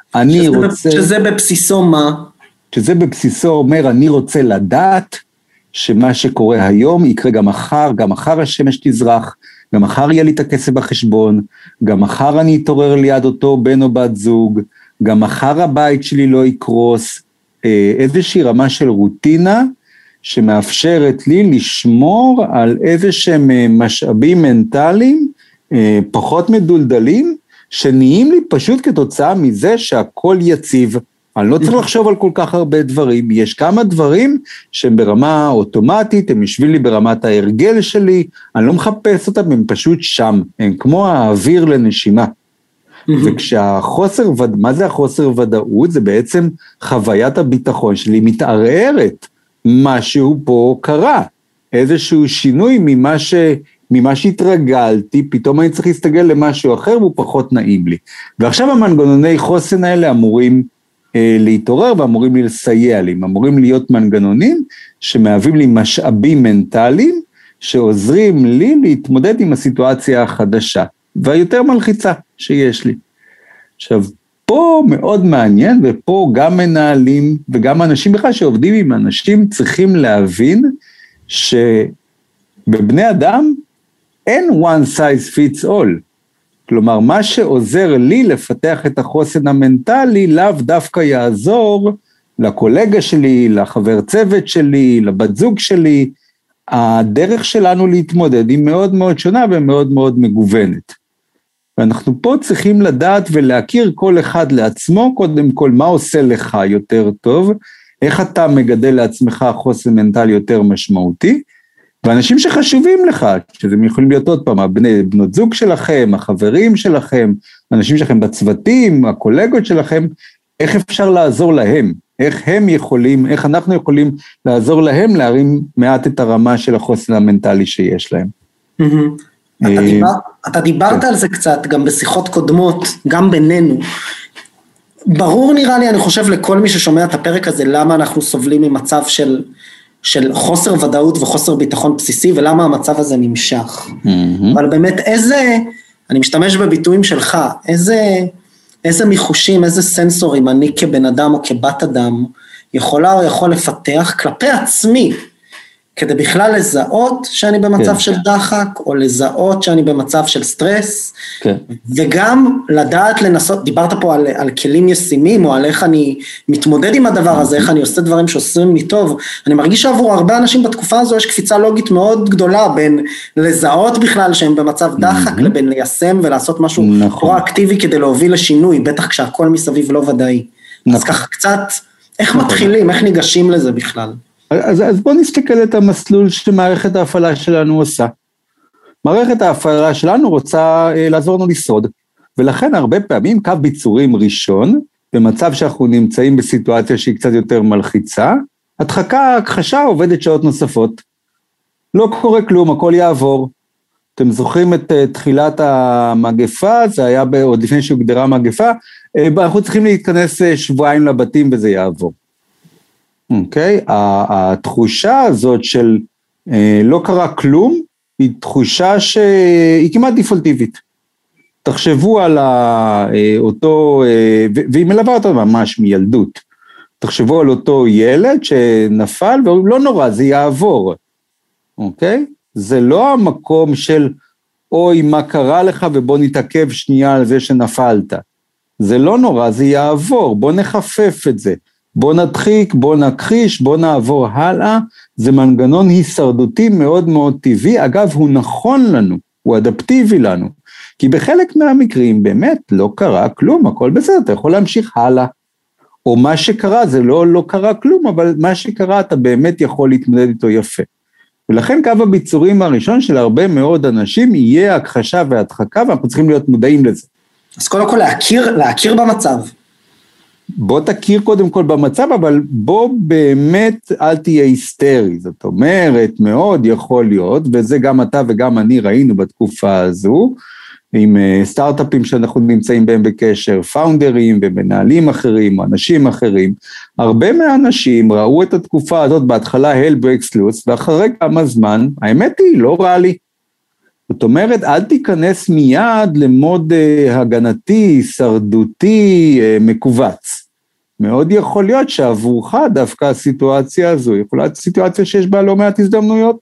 שזה בבסיסו מה? שזה בבסיסו אומר, אני רוצה לדעת שמה שקורה היום יקרה גם מחר השמש תזרח, גם מחר יהיה לי את הכסף בחשבון, גם מחר אני אתעורר ליד אותו בן או בת זוג, גם מחר הבית שלי לא יקרוס, איזושהי רמה של רוטינה, שמאפשרת לי לשמור על איזשהם משאבים מנטליים, פחות מדולדלים, שנהיים לי פשוט כתוצאה מזה שהכל יציב, אני לא צריך לחשוב על כל כך הרבה דברים, יש כמה דברים שהם ברמה אוטומטית, הם יושבים לי ברמת ההרגל שלי, אני לא מחפש אותם, הם פשוט שם, הם כמו האוויר לנשימה. וכשהחוסר, מה זה החוסר ודאות? זה בעצם חוויית הביטחון שלי מתערערת, משהו פה קרה, איזשהו שינוי ממה שהתרגלתי, פתאום אני צריך להסתגל למשהו אחר, והוא פחות נעים לי. ועכשיו המנגנוני חוסן האלה אמורים להתעורר, ואמורים לי לסייע לי, אמורים להיות מנגנונים, שמהווים לי משאבים מנטליים, שעוזרים לי להתמודד עם הסיטואציה החדשה, והיותר מלחיצה שיש לי. עכשיו, פה מאוד מעניין, ופה גם מנהלים, וגם אנשים בכלל שעובדים עם אנשים, צריכים להבין, שבבני אדם, אין one size fits all, כלומר, מה שעוזר לי לפתח את החוסן המנטלי, לאו דווקא יעזור לקולגה שלי, לחבר צוות שלי, לבת זוג שלי, הדרך שלנו להתמודד היא מאוד מאוד שונה ומאוד מאוד מגוונת. ואנחנו פה צריכים לדעת ולהכיר כל אחד לעצמו, קודם כל מה עושה לך יותר טוב, איך אתה מגדל לעצמך חוסן מנטלי יותר משמעותי, ואנשים שחשובים לך, שזה יכולים להיות עוד פעם, בנות זוג שלכם, החברים שלכם, אנשים שלכם בצוותים, הקולגות שלכם, איך אפשר לעזור להם, איך אנחנו יכולים לעזור להם, להרים מעט את הרמה של החוסן המנטלי שיש להם. אתה דיברת על זה קצת, גם בשיחות קודמות, גם בינינו, ברור נראה לי, אני חושב לכל מי ששומע את הפרק הזה, למה אנחנו סובלים ממצב של חוסר ודאות וחוסר ביטחון בסיסי, ולמה המצב הזה נמשך. אבל באמת אני משתמש בביטויים שלך, איזה מיחושים, איזה סנסורים אני כבן אדם או כבת אדם, יכולה או יכול לפתח כלפי עצמי, כדי בכלל לזהות שאני במצב של דחק, או לזהות שאני במצב של סטרס, וגם לדעת לנסות, דיברת פה על כלים ישימים, או על איך אני מתמודד עם הדבר הזה, איך אני עושה דברים שעושים לי טוב, אני מרגיש שעבור הרבה אנשים בתקופה הזו, יש קפיצה לוגית מאוד גדולה, בין לזהות בכלל שהם במצב דחק, לבין ליישם ולעשות משהו פרואקטיבי, כדי להוביל לשינוי, בטח כשהכל מסביב לא ודאי. אז ככה קצת, איך מתחילים, איך ניגשים לזה בכלל? אז בוא נסתכל את המסלול שמערכת ההפעלה שלנו עושה. מערכת ההפעלה שלנו רוצה לעזור לנו לשרוד, ולכן הרבה פעמים קו ביצורים ראשון, במצב שאנחנו נמצאים בסיטואציה שהיא קצת יותר מלחיצה, הכחשה עובדת שעות נוספות, לא קורה כלום, הכל יעבור. אתם זוכרים את תחילת המגפה, זה היה עוד לפני שהוגדרה מגפה, אנחנו צריכים להתכנס שבועיים לבתים וזה יעבור. אוקיי? התחושה הזאת של לא קרה כלום, היא תחושה שהיא כמעט דיפולטיבית. תחשבו על אותו, והיא מלווה אותו ממש מילדות, תחשבו על אותו ילד שנפל, ולא נורא, זה יעבור. אוקיי? זה לא המקום של, אוי, מה קרה לך, ובוא נתעכב שנייה על זה שנפלת. זה לא נורא, זה יעבור, בוא נחפף את זה. בוא נדחיק, בוא נכחיש, בוא נעבור הלאה, זה מנגנון הישרדותי מאוד מאוד טבעי, אגב הוא נכון לנו, הוא אדפטיבי לנו, כי בחלק מהמקרים באמת לא קרה כלום, הכל בסדר, אתה יכול להמשיך הלאה, או מה שקרה זה לא קרה כלום, אבל מה שקרה אתה באמת יכול להתמודד איתו יפה, ולכן קו הביצורים הראשון של הרבה מאוד אנשים יהיה הכחשה והדחקה, ואנחנו צריכים להיות מודעים לזה. אז קודם כל להכיר במצב, בוא תכיר קודם כל במצב, אבל בוא באמת אל תהיה היסטרי, זאת אומרת, מאוד יכול להיות, וזה גם אתה וגם אני ראינו בתקופה הזו, עם סטארט-אפים שאנחנו נמצאים בהם בקשר, פאונדרים ומנהלים אחרים, או אנשים אחרים, הרבה מהאנשים ראו את התקופה הזאת בהתחלה hell breaks loose, ואחרי כמה זמן, האמת היא, לא רע לי. זאת אומרת, אל תיכנס מיד למוד הגנתי, שרדותי, מקובץ. מאוד יכול להיות שעבורך דווקא הסיטואציה הזו, יכולה להיות סיטואציה שיש בה לא מעט הזדמנויות.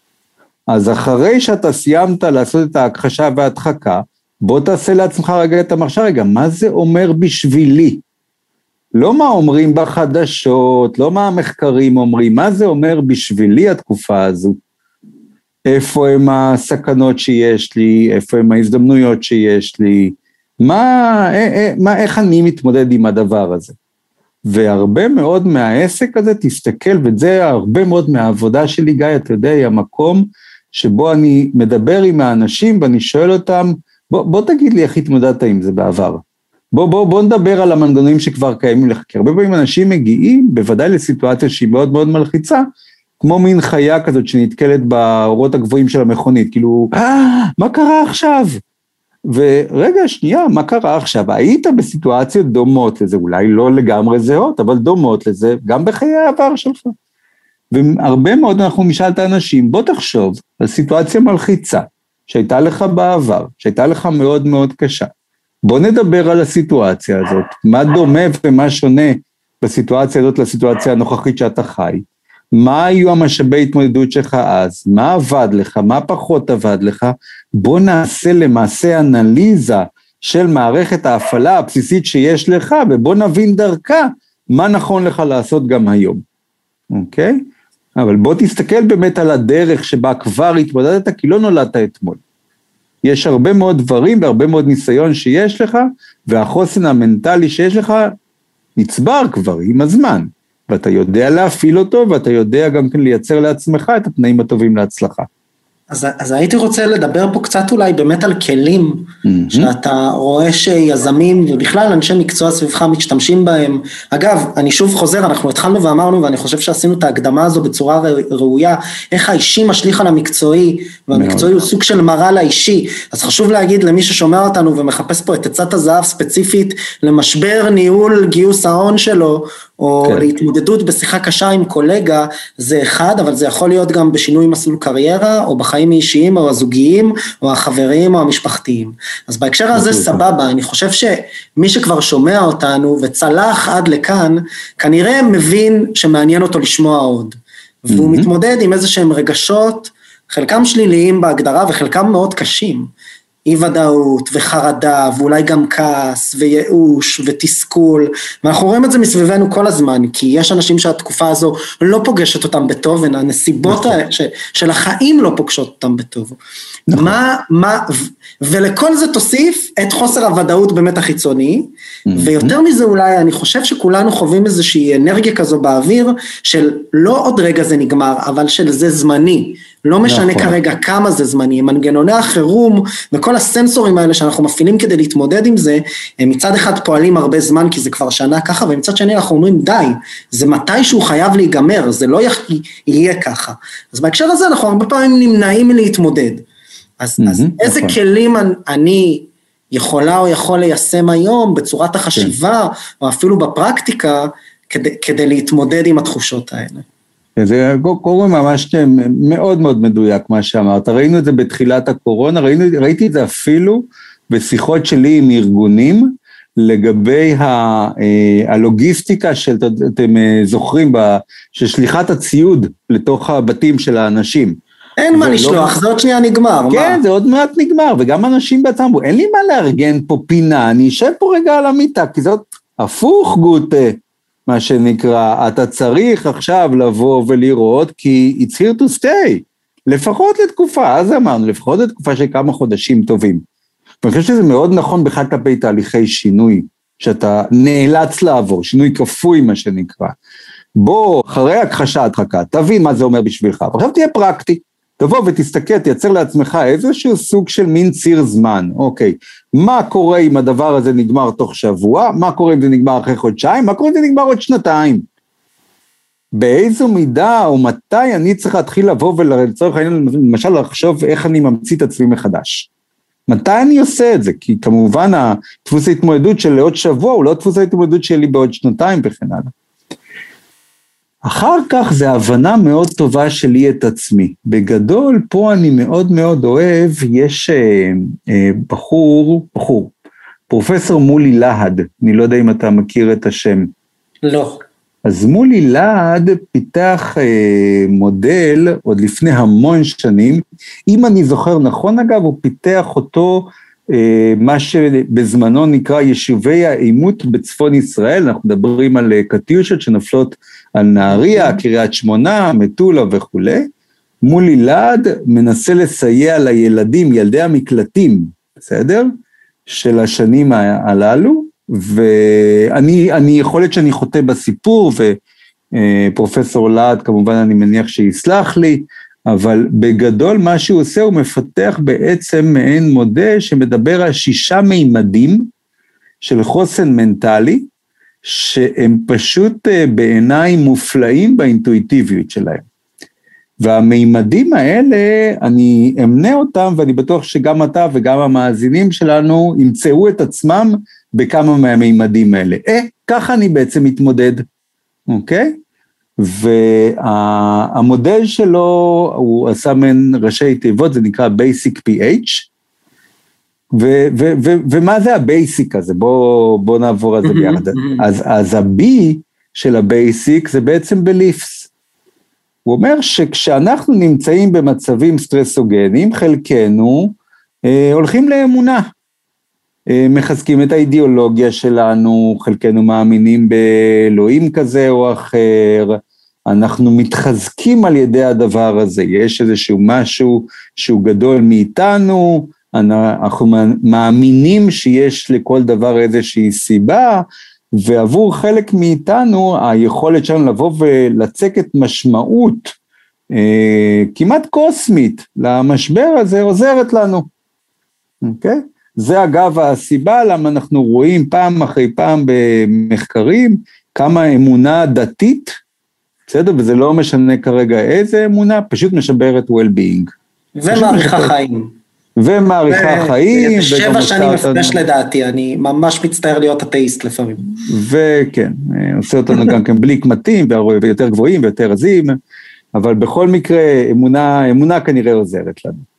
אז אחרי שאתה סיימת לעשות את ההכחשה וההדחקה, בוא תעשה לעצמך רגע את המחשבה, רגע, מה זה אומר בשבילי? לא מה אומרים בחדשות, לא מה המחקרים אומרים, מה זה אומר בשבילי התקופה הזו? איפה הם הסכנות שיש לי, איפה הם ההזדמנויות שיש לי, איך אני מתמודד עם הדבר הזה. והרבה מאוד מהעסק הזה, תסתכל, וזה הרבה מאוד מהעבודה שלי, גיא, אתה יודע, היא המקום שבו אני מדבר עם האנשים, ואני שואל אותם, בוא תגיד לי איך התמודדת עם זה בעבר. בוא נדבר על המנגנונים שכבר קיימים לך, כי הרבה פעמים אנשים מגיעים, בוודאי לסיטואציה שהיא מאוד מאוד מלחיצה, כמו מין חיה כזאת שנתקלת באורות הגבוהים של המכונית, כאילו, מה קרה עכשיו? ורגע, שנייה, מה קרה עכשיו? היית בסיטואציות דומות לזה, אולי לא לגמרי זהות, אבל דומות לזה, גם בחיי העבר שלך. והרבה מאוד אנחנו נשאל את האנשים, בוא תחשוב על סיטואציה מלחיצה, שהייתה לך בעבר, שהייתה לך מאוד מאוד קשה. בוא נדבר על הסיטואציה הזאת, מה דומה ומה שונה בסיטואציה הזאת לסיטואציה הנוכחית שאתה חי. מה היו המשאבי התמודדות שלך אז, מה עבד לך, מה פחות עבד לך, בוא נעשה למעשה אנליזה של מערכת ההפעלה הבסיסית שיש לך, ובוא נבין דרכה מה נכון לך לעשות גם היום, אוקיי? אבל בוא תסתכל באמת על הדרך שבה כבר התמודדת, כי לא נולדת אתמול. יש הרבה מאוד דברים והרבה מאוד ניסיון שיש לך, והחוסן המנטלי שיש לך נצבר כבר עם הזמן. ואתה יודע להפעיל אותו, ואתה יודע גם כן לייצר לעצמך את התנאים הטובים להצלחה. אז הייתי רוצה לדבר פה קצת אולי באמת על כלים, שאתה רואה שיזמים ובכלל אנשי מקצוע סביבך משתמשים בהם. אגב, אני שוב חוזר, אנחנו התחלנו ואמרנו, ואני חושב שעשינו את ההקדמה הזו בצורה ראויה, איך האישי משליך על המקצועי, והמקצועי הוא סוג של מראה לאישי. אז חשוב להגיד למי ששומע אותנו ומחפש פה את עצת הזהב ספציפית, למשבר ניהול גיוס ההון שלו, או להתמודדות בשיחה קשה עם קולגה, זה אחד, אבל זה יכול להיות גם בשינוי מסלול קריירה, או בחיים האישיים, או הזוגיים, או החבריים, או המשפחתיים. אז בהקשר הזה סבבה, אני חושב שמי שכבר שומע אותנו, וצלח עד לכאן, כנראה מבין שמעניין אותו לשמוע עוד. והוא מתמודד עם איזה שהם רגשות, חלקם שליליים בהגדרה וחלקם מאוד קשים, אי ודאות וחרדה ואולי גם כעס וייאוש ותסכול, ואנחנו רואים את זה מסביבנו כל הזמן, כי יש אנשים שהתקופה הזו לא פוגשת אותם בטוב, והנסיבות של החיים לא פוגשות אותם בטוב. ולכל זה תוסיף את חוסר הוודאות באמת החיצוני, ויותר מזה אולי אני חושב שכולנו חווים איזושהי אנרגיה כזו באוויר, של לא עוד רגע זה נגמר, אבל של זה זמני, לא משנה כרגע כמה זה זמני, מנגנוני החירום וכל הסנסורים האלה שאנחנו מפעילים כדי להתמודד עם זה, הם מצד אחד פועלים הרבה זמן כי זה כבר שנה ככה, ומצד שני אנחנו אומרים די, זה מתי שהוא חייב להיגמר, זה לא יהיה ככה. אז בהקשר הזה אנחנו הרבה פעמים נמנעים מלהתמודד. אז איזה כלים אני יכולה או יכול ליישם היום בצורת החשיבה, או אפילו בפרקטיקה, כדי להתמודד עם התחושות האלה? זה קורה ממש מאוד מאוד מדויק מה שאמרת, ראינו את זה בתחילת הקורונה, ראיתי את זה אפילו בשיחות שלי עם ארגונים, לגבי הלוגיסטיקה שאתם זוכרים, של שליחת הציוד לתוך הבתים של האנשים. אין מה לשלוח, זה עוד שנייה נגמר. כן, זה עוד מעט נגמר, וגם אנשים בעצם אמרו, אין לי מה לארגן פה פינה, אני אשב פה רגע על המיטה, כי זאת הפוך גוטה, מה שנקרא, אתה צריך עכשיו לבוא ולראות, כי it's here to stay, לפחות לתקופה, אז אמרנו, לפחות לתקופה של כמה חודשים טובים. ואני חושב שזה מאוד נכון בכלל כלפי תהליכי שינוי, שאתה נאלץ לעבור, שינוי כפוי מה שנקרא. בוא, אחרי הכחשה הדחקה, תבין מה זה אומר בשבילך, ועכשיו תהיה פרקטי, תבוא ותסתכל, תייצר לעצמך איזשהו סוג של מין ציר זמן, אוקיי, מה קורה אם הדבר הזה נגמר תוך שבוע, מה קורה אם זה נגמר אחרי חודשיים, מה קורה אם זה נגמר עוד שנתיים, באיזו מידה או מתי אני צריך להתחיל לבוא ולצורך העניין, למשל לחשוב איך אני ממציא את עצמי מחדש, מתי אני עושה את זה, כי כמובן הדפוס ההתמודדות של עוד שבוע, הוא לא דפוס ההתמודדות שלי בעוד שנתיים וכן הלאה. אחר כך זה הבנה מאוד טובה שלי את עצמי. בגדול, פה אני מאוד מאוד אוהב, יש בחור, פרופסור מולי להד, אני לא יודע אם אתה מכיר את השם. לא. אז מולי להד פיתח מודל עוד לפני המון שנים, אם אני זוכר נכון אגב, הוא פיתח אותו, מה שבזמנו נקרא יישובי העימות בצפון ישראל, אנחנו מדברים על קטיושות שנפלות על נהריה, קריית שמונה, מטולה וכו'. מולי להד מנסה לסייע לילדים, ילדי המקלטים, בסדר? של השנים הללו, ואני יכולת שאני חוטא בסיפור, ופרופסור להד כמובן אני מניח שיסלח לי, אבל בגדול מה שהוא עושה, הוא מפתח בעצם מעין מודל שמדבר על 6 מימדים של חוסן מנטלי, שהם פשוט בעיניי מופלאים באינטואיטיביות שלהם. והמימדים האלה, אני אמנה אותם, ואני בטוח שגם אתה וגם המאזינים שלנו ימצאו את עצמם בכמה מהמימדים האלה. ככה אני בעצם מתמודד, אוקיי? והמודל שלו, הוא עשה מן ראשי תיבות, זה נקרא Basic PH, ומה זה הבייסיק הזה? בוא נעבור על זה ביחד. אז ה-B של הבייסיק זה בעצם בליפס. הוא אומר שכשאנחנו נמצאים במצבים סטרסוגנים, חלקנו הולכים לאמונה, מחזקים את האידיאולוגיה שלנו, חלקנו מאמינים באלוהים כזה או אחר, אנחנו מתחזקים על ידי הדבר הזה, יש איזשהו משהו שהוא גדול מאיתנו, אנחנו מאמינים שיש לכל דבר איזושהי סיבה, ועבור חלק מאיתנו, היכולת שלנו לבוא ולצקת משמעות, כמעט קוסמית, למשבר הזה עוזרת לנו, אוקיי? זה אגב הסיבה למה אנחנו רואים פעם אחרי פעם במחקרים, כמה אמונה דתית, בסדר? וזה לא משנה כרגע איזה אמונה, פשוט משברת well-being. ומעריכה חיים. ומעריכה חיים. 7 שנים מפרש לדעתי, אני ממש מצטער להיות אתאיסט לפעמים. וכן, עושה אותנו גם כן בלי קמטים, ויותר גבוהים ויותר רזים, אבל בכל מקרה, אמונה כנראה עוזרת לנו.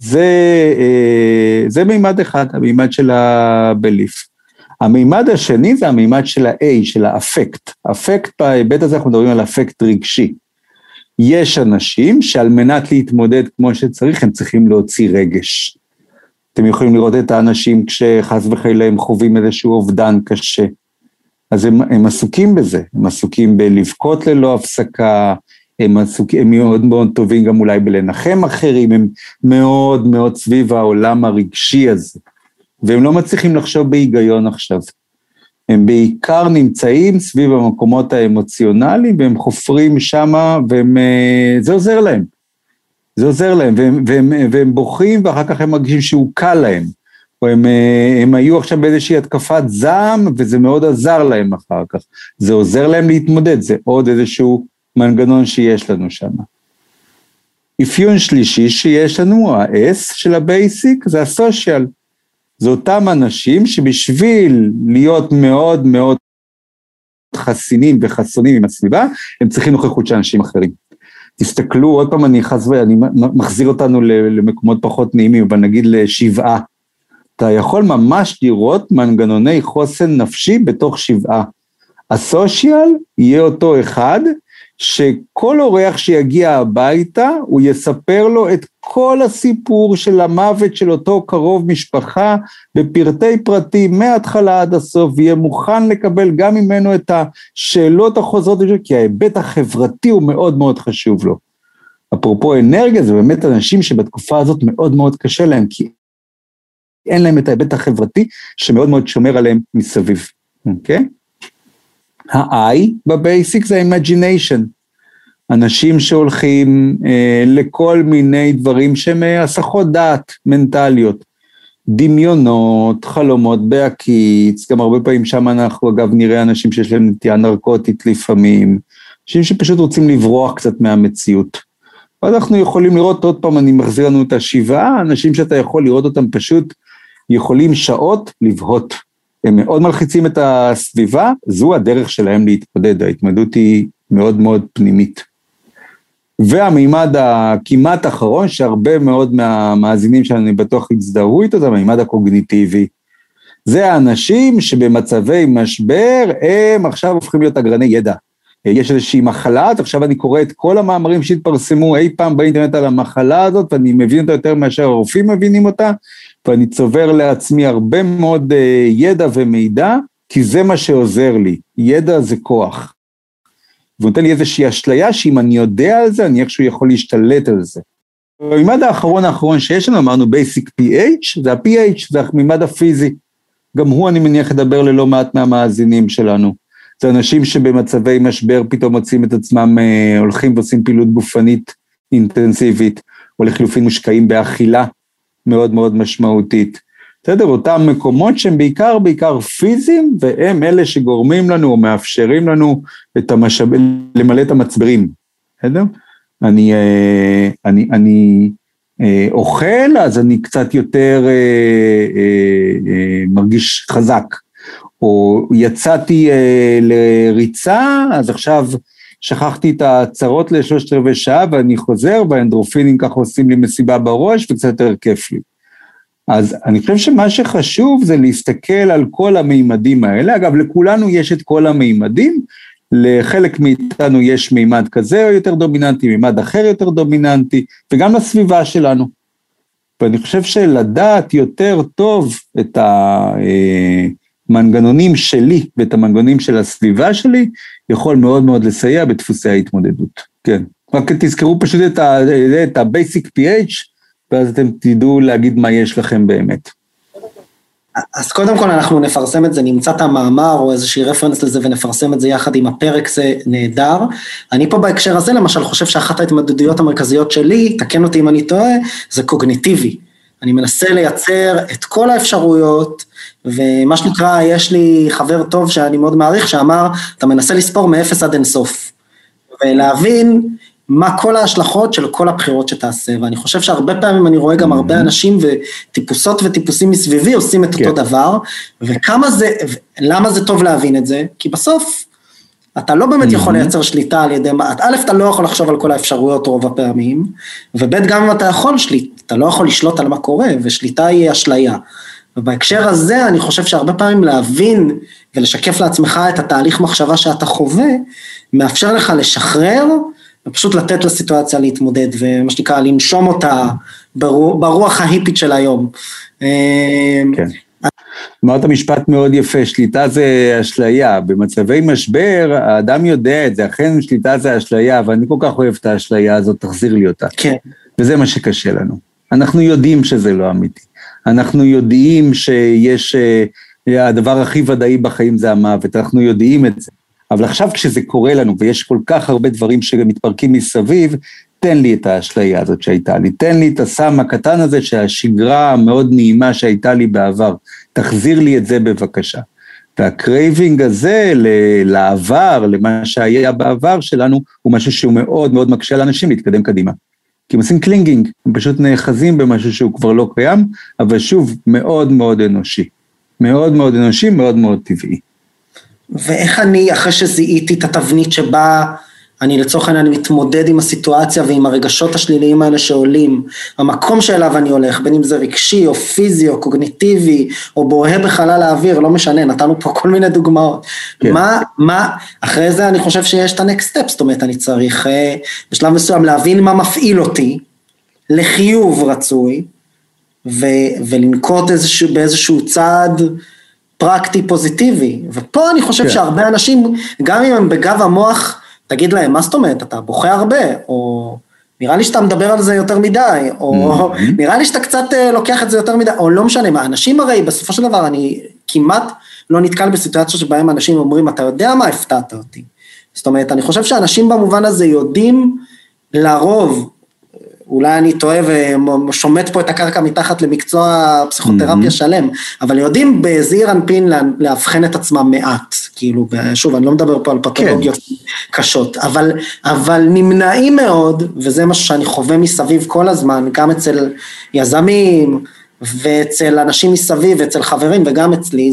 זה מימד אחד, המימד של הבליף. המימד השני זה המימד של ה-A, של האפקט. אפקט, בהיבט הזה אנחנו מדברים על אפקט רגשי. יש אנשים שעל מנת להתמודד כמו שצריך, הם צריכים להוציא רגש. אתם יכולים לראות את האנשים כשחס וחלילה הם חווים איזשהו אובדן קשה. אז הם עסוקים בזה, הם עסוקים בלבכות ללא הפסקה, הם מאוד מאוד טובים גם אולי בלנחם אחרים, הם מאוד מאוד סביב העולם הרגשי הזה, והם לא מצליחים לחשוב בהיגיון עכשיו. הם בעיקר נמצאים סביב המקומות האמוציונליים, והם חופרים שם, וזה עוזר להם. זה עוזר להם, והם בוכים, ואחר כך הם מרגישים שהוא קל להם. או הם היו עכשיו באיזושהי התקפת זעם, וזה מאוד עזר להם אחר כך. זה עוזר להם להתמודד, זה עוד איזשהו מנגנון שיש לנו שם. אפיון שלישי שיש לנו, ה-S של הבייסיק, זה הסושיאל. זה אותם אנשים שבשביל להיות מאוד מאוד חסינים וחסונים עם הסביבה, הם צריכים נוכחות של אנשים אחרים. תסתכלו, עוד פעם אני מחזיר אותנו למקומות פחות נעימים, אבל נגיד לשבעה. אתה יכול ממש לראות מנגנוני חוסן נפשי בתוך שבעה. הסושיאל יהיה אותו אחד, שכל אורח שיגיע הביתה, הוא יספר לו את כל הסיפור של המוות של אותו קרוב משפחה, בפרטי פרטים, מההתחלה עד הסוף, ויהיה מוכן לקבל גם ממנו את השאלות החוזרות, כי ההיבט החברתי הוא מאוד מאוד חשוב לו. אפרופו אנרגיה, זה באמת אנשים שבתקופה הזאת מאוד מאוד קשה להם, כי אין להם את ההיבט החברתי, שמאוד מאוד שומר עליהם מסביב. אוקיי? ה-I בבייסיק זה imagination, אנשים שהולכים לכל מיני דברים שהם הסחות דעת מנטליות, דמיונות, חלומות בהקיץ, גם הרבה פעמים שם אנחנו אגב נראה אנשים שיש להם נטייה נרקוטית לפעמים, אנשים שפשוט רוצים לברוח קצת מהמציאות, ואז אנחנו יכולים לראות עוד פעם, אני מחזיר לנו את השבעה, אנשים שאתה יכול לראות אותם פשוט יכולים שעות לבהות, הם מאוד מלחיצים את הסביבה, זו הדרך שלהם להתמודד, ההתמודדות היא מאוד מאוד פנימית. והמימד הכמעט האחרון, שהרבה מאוד מהמאזינים שאני בטוח יצדרו איתו, זה המימד הקוגניטיבי. זה האנשים שבמצבי משבר, הם עכשיו הופכים להיות אגרני ידע. יש איזושהי מחלה, עכשיו אני קורא את כל המאמרים שהתפרסמו אי פעם באינטרנט על המחלה הזאת, ואני מבין אותה יותר מאשר הרופאים מבינים אותה, ואני צובר לעצמי הרבה מאוד ידע ומידע, כי זה מה שעוזר לי, ידע זה כוח. והוא נותן לי איזושהי אשליה, שאם אני יודע על זה, אני איכשהו יכול להשתלט על זה. המימד האחרון שיש לנו, אמרנו basic pH, זה ה-pH, זה המימד הפיזי. גם הוא אני מניח לדבר ללא מעט מהמאזינים שלנו. זה אנשים שבמצבי משבר פתאום מוצאים את עצמם, הולכים ועושים פעילות גופנית אינטנסיבית, או לחילופין מושקעים באכילה מאוד מאוד משמעותית. בסדר, אותם מקומות שהם בעיקר פיזיים, והם אלה שגורמים לנו או מאפשרים לנו למלא את המצברים. בסדר? אני אוכל, אז אני קצת יותר מרגיש חזק. או יצאתי לריצה, אז עכשיו שכחתי את הצרות ל3/4 שעה, ואני חוזר, והאנדרופינים ככה עושים לי מסיבה בראש, וקצת יותר כיף לי. אז אני חושב שמה שחשוב זה להסתכל על כל המימדים האלה, אגב לכולנו יש את כל המימדים, לחלק מאיתנו יש מימד כזה או יותר דומיננטי, מימד אחר יותר דומיננטי, וגם לסביבה שלנו. ואני חושב שלדעת יותר טוב את המנגנונים שלי ואת המנגנונים של הסביבה שלי, יכול מאוד מאוד לסייע בדפוסי ההתמודדות. כן, רק תזכרו פשוט את ה-basic pH, ואז אתם תדעו להגיד מה יש לכם באמת. אז קודם כל אנחנו נפרסם את זה, נמצא את המאמר או איזושהי רפרנס לזה ונפרסם את זה יחד עם הפרק, זה נהדר. אני פה בהקשר הזה למשל חושב שאחת ההתמודדויות המרכזיות שלי, תקן אותי אם אני טועה, זה קוגניטיבי. אני מנסה לייצר את כל האפשרויות, ומה שנקרא, יש לי חבר טוב שאני מאוד מעריך, שאמר, אתה מנסה לספור מ-0 עד אינסוף, ולהבין מה כל ההשלכות של כל הבחירות שתעשה, ואני חושב שהרבה פעמים אני רואה גם הרבה אנשים וטיפוסות וטיפוסים מסביבי עושים את אותו דבר, וכמה זה, למה זה טוב להבין את זה? כי בסוף אתה לא באמת יכול לייצר שליטה על ידי, א', אתה לא יכול לחשוב על כל האפשרויות רוב הפעמים, וב', גם אם אתה יכול אתה לא יכול לשלוט על מה קורה, ושליטה היא אשליה. ובהקשר הזה אני חושב שהרבה פעמים להבין ולשקף לעצמך את התהליך מחשבה שאתה חווה, מאפשר לך לשחרר ופשוט לתת לסיטואציה להתמודד, ומה שנקרא, לנשום אותה ברוח ההיפית של היום. כן. אמרת משפט מאוד יפה, שליטה זה אשליה, במצבי משבר האדם יודע את זה, אכן שליטה זה אשליה, ואני כל כך אוהב את האשליה הזאת, תחזיר לי אותה. כן. וזה מה שקשה לנו. אנחנו יודעים שזה לא אמיתי, אנחנו יודעים שיש, הדבר הכי ודאי בחיים זה המוות, אנחנו יודעים את זה, אבל עכשיו כשזה קורה לנו, ויש כל כך הרבה דברים שמתפרקים מסביב, תן לי את האשליה הזאת שהייתה לי, תן לי את הסם הקטן הזה, שהשגרה המאוד נעימה שהייתה לי בעבר, תחזיר לי את זה בבקשה. והקרייבינג הזה לעבר, למה שהיה בעבר שלנו, הוא משהו שהוא מאוד מאוד מקשה לאנשים להתקדם קדימה. כי הם עושים קלינגינג, הם פשוט נאחזים במשהו שהוא כבר לא קיים, אבל שוב, מאוד מאוד אנושי. מאוד מאוד אנושי, מאוד מאוד טבעי. ואיך אני, אחרי שזיהיתי את התבנית שבה אני לצורך העניין מתמודד עם הסיטואציה ועם הרגשות השליליים האלה שעולים, המקום שאליו אני הולך, בין אם זה רגשי או פיזי או קוגניטיבי, או בוהה בחלל האוויר, לא משנה, נתנו פה כל מיני דוגמאות. כן. אחרי זה אני חושב שיש את ה-next step, זאת אומרת, אני צריך בשלב מסוים להבין מה מפעיל אותי, לחיוב רצוי, ולנקוט באיזשהו צעד פרקטי פוזיטיבי, ופה אני חושב שהרבה אנשים, גם אם הם בגב המוח, תגיד להם, מה זאת אומרת, אתה בוכה הרבה, או נראה לי שאתה מדבר על זה יותר מדי, או נראה לי שאתה קצת לוקח את זה יותר מדי, או לא משנה, מה, אנשים הרי, בסופו של דבר, אני כמעט לא נתקל בסיטואציה שבהם אנשים אומרים, אתה יודע מה הפתעת אותי? זאת אומרת, אני חושב שאנשים במובן הזה יודעים לרוב, אולי אני טועה ושומט פה את הקרקע מתחת למקצוע פסיכותרפיה שלם, אבל יודעים בזעיר אנפין להבחן את עצמם מעט, כאילו, שוב, אני לא מדבר פה על פתולוגיות קשות, אבל נמנעים מאוד, וזה משהו שאני חווה מסביב כל הזמן, גם אצל יזמים, ואצל אנשים מסביב, ואצל חברים, וגם אצלי,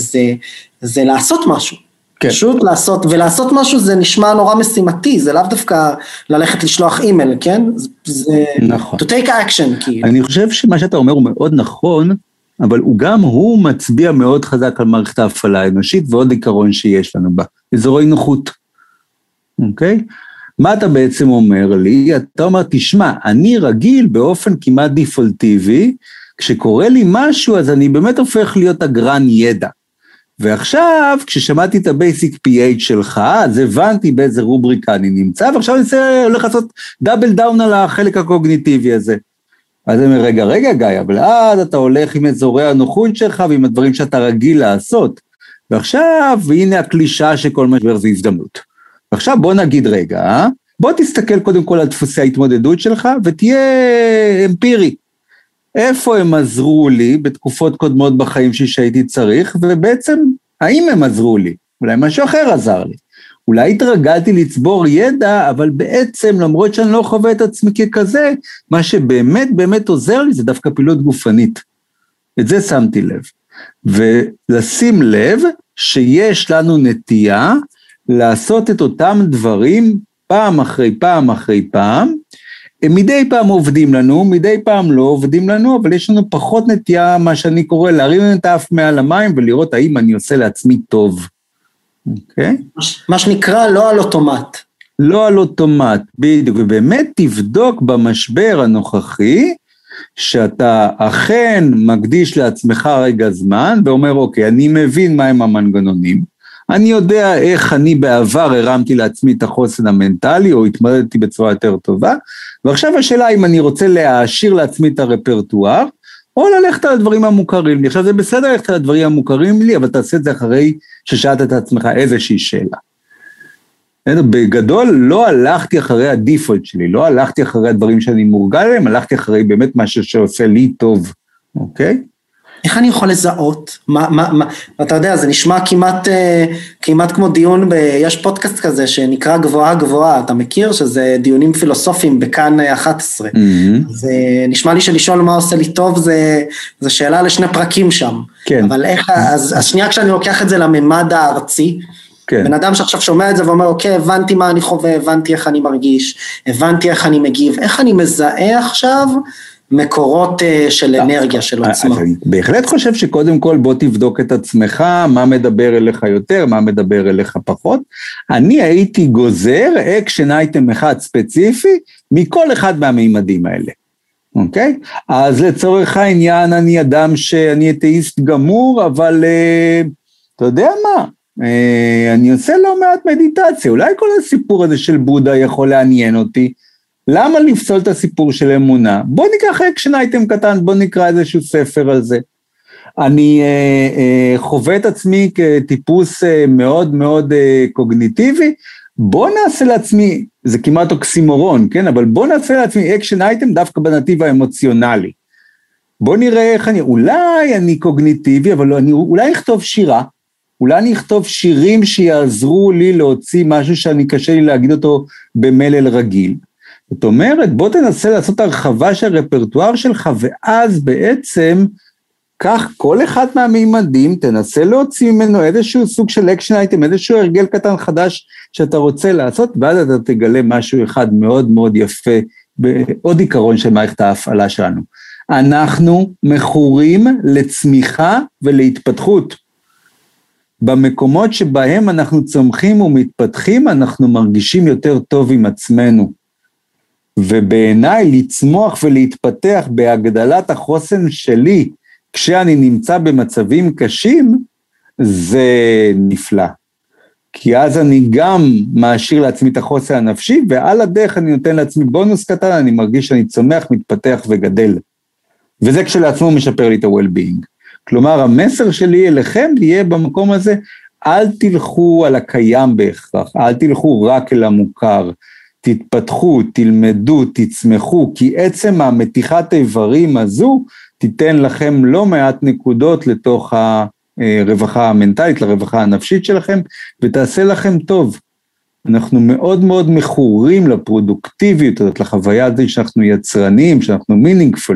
זה לעשות משהו. פשוט לעשות, ולעשות משהו זה נשמע נורא משימתי, זה לאו דווקא ללכת לשלוח אימייל, כן? זה נכון. to take action, כאילו. אני חושב שמה שאתה אומר הוא מאוד נכון, אבל הוא מצביע מאוד חזק על מערכת ההפעלה האנושית, ועוד עיקרון שיש לנו בה, אזורי נוחות. אוקיי? מה אתה בעצם אומר לי? אתה אומר, תשמע, אני רגיל באופן כמעט דיפולטיבי, כשקורה לי משהו, אז אני באמת הופך להיות אגרן ידע. ועכשיו, כששמעתי את ה-Basic PH שלך, אז הבנתי באיזה רובריקה אני נמצא, ועכשיו אני הולך לעשות דאבל דאון על החלק הקוגניטיבי הזה. אז אני אומר, רגע, גיא, אבל אז אתה הולך עם אזורי הנוחות שלך, ועם הדברים שאתה רגיל לעשות. ועכשיו, והנה הקלישה שכל משבר זה הזדמנות. ועכשיו בוא נגיד רגע, בוא תסתכל קודם כל על דפוסי ההתמודדות שלך, ותהיה אמפירי. איפה הם עזרו לי בתקופות קודמות בחיים שהייתי צריך, ובעצם, האם הם עזרו לי? אולי משהו אחר עזר לי. אולי התרגלתי לצבור ידע, אבל בעצם, למרות שאני לא חווה את עצמי ככזה, מה שבאמת באמת עוזר לי, זה דווקא פעילות גופנית. את זה שמתי לב. ולשים לב שיש לנו נטייה, לעשות את אותם דברים, פעם אחרי פעם אחרי פעם, הם מדי פעם עובדים לנו, מדי פעם לא עובדים לנו, אבל יש לנו פחות נטייה, מה שאני קורא, להרים את האף מעל המים, ולראות האם אני עושה לעצמי טוב. אוקיי? מה שנקרא לא על אוטומט. לא על אוטומט, בדיוק, ובאמת תבדוק במשבר הנוכחי, שאתה אכן מקדיש לעצמך רגע זמן, ואומר, אוקיי, אני מבין מהם המנגנונים, אני יודע איך אני בעבר הרמתי לעצמי את החוסן המנטלי, או התמודדתי בצורה יותר טובה, ועכשיו השאלה אם אני רוצה להעשיר לעצמי את הרפרטואר, או ללכת על הדברים המוכרים לי. עכשיו זה בסדר ללכת על הדברים המוכרים לי, אבל תעשה את זה אחרי ששאלת את עצמך איזושהי שאלה. בגדול לא הלכתי אחרי הדיפולט שלי, לא הלכתי אחרי הדברים שאני מורגל להם, הלכתי אחרי באמת משהו שעושה לי טוב, אוקיי? איך אני יכול לזהות? אתה יודע, זה נשמע כמעט כמו דיון, יש פודקאסט כזה שנקרא גבוהה גבוהה, אתה מכיר שזה דיונים פילוסופיים בכאן 11, זה נשמע לי שלשאול מה עושה לי טוב, זה שאלה לשני פרקים שם, אבל איך, אז שנייה כשאני לוקח את זה לממד הארצי, בן אדם שעכשיו שומע את זה ואומר, אוקיי, הבנתי מה אני חווה, הבנתי איך אני מרגיש, הבנתי איך אני מגיב, איך אני מזהה עכשיו, מקורות של אנרגיה של עצמה. אני בהחלט חושב שקודם כל בוא תבדוק את עצמך, מה מדבר אליך יותר, מה מדבר אליך פחות. אני הייתי גוזר אקשן אייטם אחד ספציפי, מכל אחד מהמימדים האלה. אוקיי? אז לצורך העניין אני אדם שאני אתאיסט גמור, אבל אתה יודע מה? אני עושה לא מעט מדיטציה, אולי כל הסיפור הזה של בודה יכול לעניין אותי, למה לפסול את הסיפור של אמונה? בוא ניקח אקשן אייטם קטן, בוא נקרא איזשהו ספר על זה. אני חווה את עצמי כטיפוס מאוד מאוד קוגניטיבי, בוא נעשה לעצמי, זה כמעט אוקסימורון, כן? אבל בוא נעשה לעצמי אקשן אייטם דווקא בנתיב האמוציונלי. בוא נראה איך אולי אני קוגניטיבי, אבל אולי אכתוב שירה, אולי אני אכתוב שירים שיעזרו לי להוציא משהו שאני קשה לי להגיד אותו במלל רגיל. זאת אומרת, בוא תנסה לעשות הרחבה של הרפרטואר שלך, ואז בעצם, כך כל אחד מהמימדים, תנסה להוציא ממנו איזשהו סוג של אקשן אייטם, איזשהו הרגל קטן חדש שאתה רוצה לעשות, ואז אתה תגלה משהו אחד מאוד מאוד יפה, עוד עיקרון של מערכת ההפעלה שלנו. אנחנו מכורים לצמיחה ולהתפתחות. במקומות שבהם אנחנו צומחים ומתפתחים, אנחנו מרגישים יותר טוב עם עצמנו. ובעיניי לצמוח ולהתפתח בהגדלת החוסן שלי, כשאני נמצא במצבים קשים, זה נפלא. כי אז אני גם מעשיר לעצמי את החוסן הנפשי, ועל הדרך אני נותן לעצמי בונוס קטן, אני מרגיש שאני צומח, מתפתח וגדל. וזה כשלעצמו משפר לי את ה-well-being. כלומר, המסר שלי אליכם יהיה במקום הזה, אל תלכו על הקיים בהכרח, אל תלכו רק אל המוכר, תתפתחו, תלמדו, תצמחו, כי עצם המתיחת איברים הזו, תיתן לכם לא מעט נקודות לתוך הרווחה המנטלית, לרווחה הנפשית שלכם, ותעשה לכם טוב. אנחנו מאוד מאוד מכורים לפרודוקטיביות, לחוויה הזאת שאנחנו יצרנים, שאנחנו meaningful.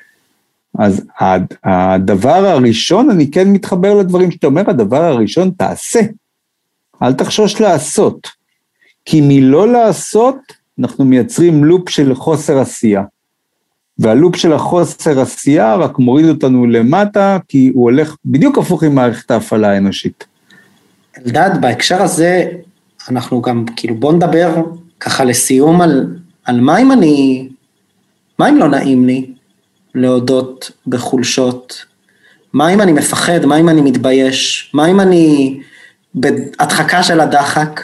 אז הדבר הראשון, אני כן מתחבר לדברים שאתה אומר, הדבר הראשון, תעשה. אל תחשוש לעשות. כי מלא לעשות, אנחנו מייצרים לופ של חוסר עשייה. והלופ של החוסר עשייה רק מוריד אותנו למטה, כי הוא הולך בדיוק הפוך עם מערכת ההפעלה האנושית. אלדד, בהקשר הזה, אנחנו גם, כאילו, בוא נדבר ככה לסיום על מה אם לא נעים לי להודות בחולשות, מה אם אני מפחד, מה אם אני מתבייש, מה אם אני בהדחקה של הדחק,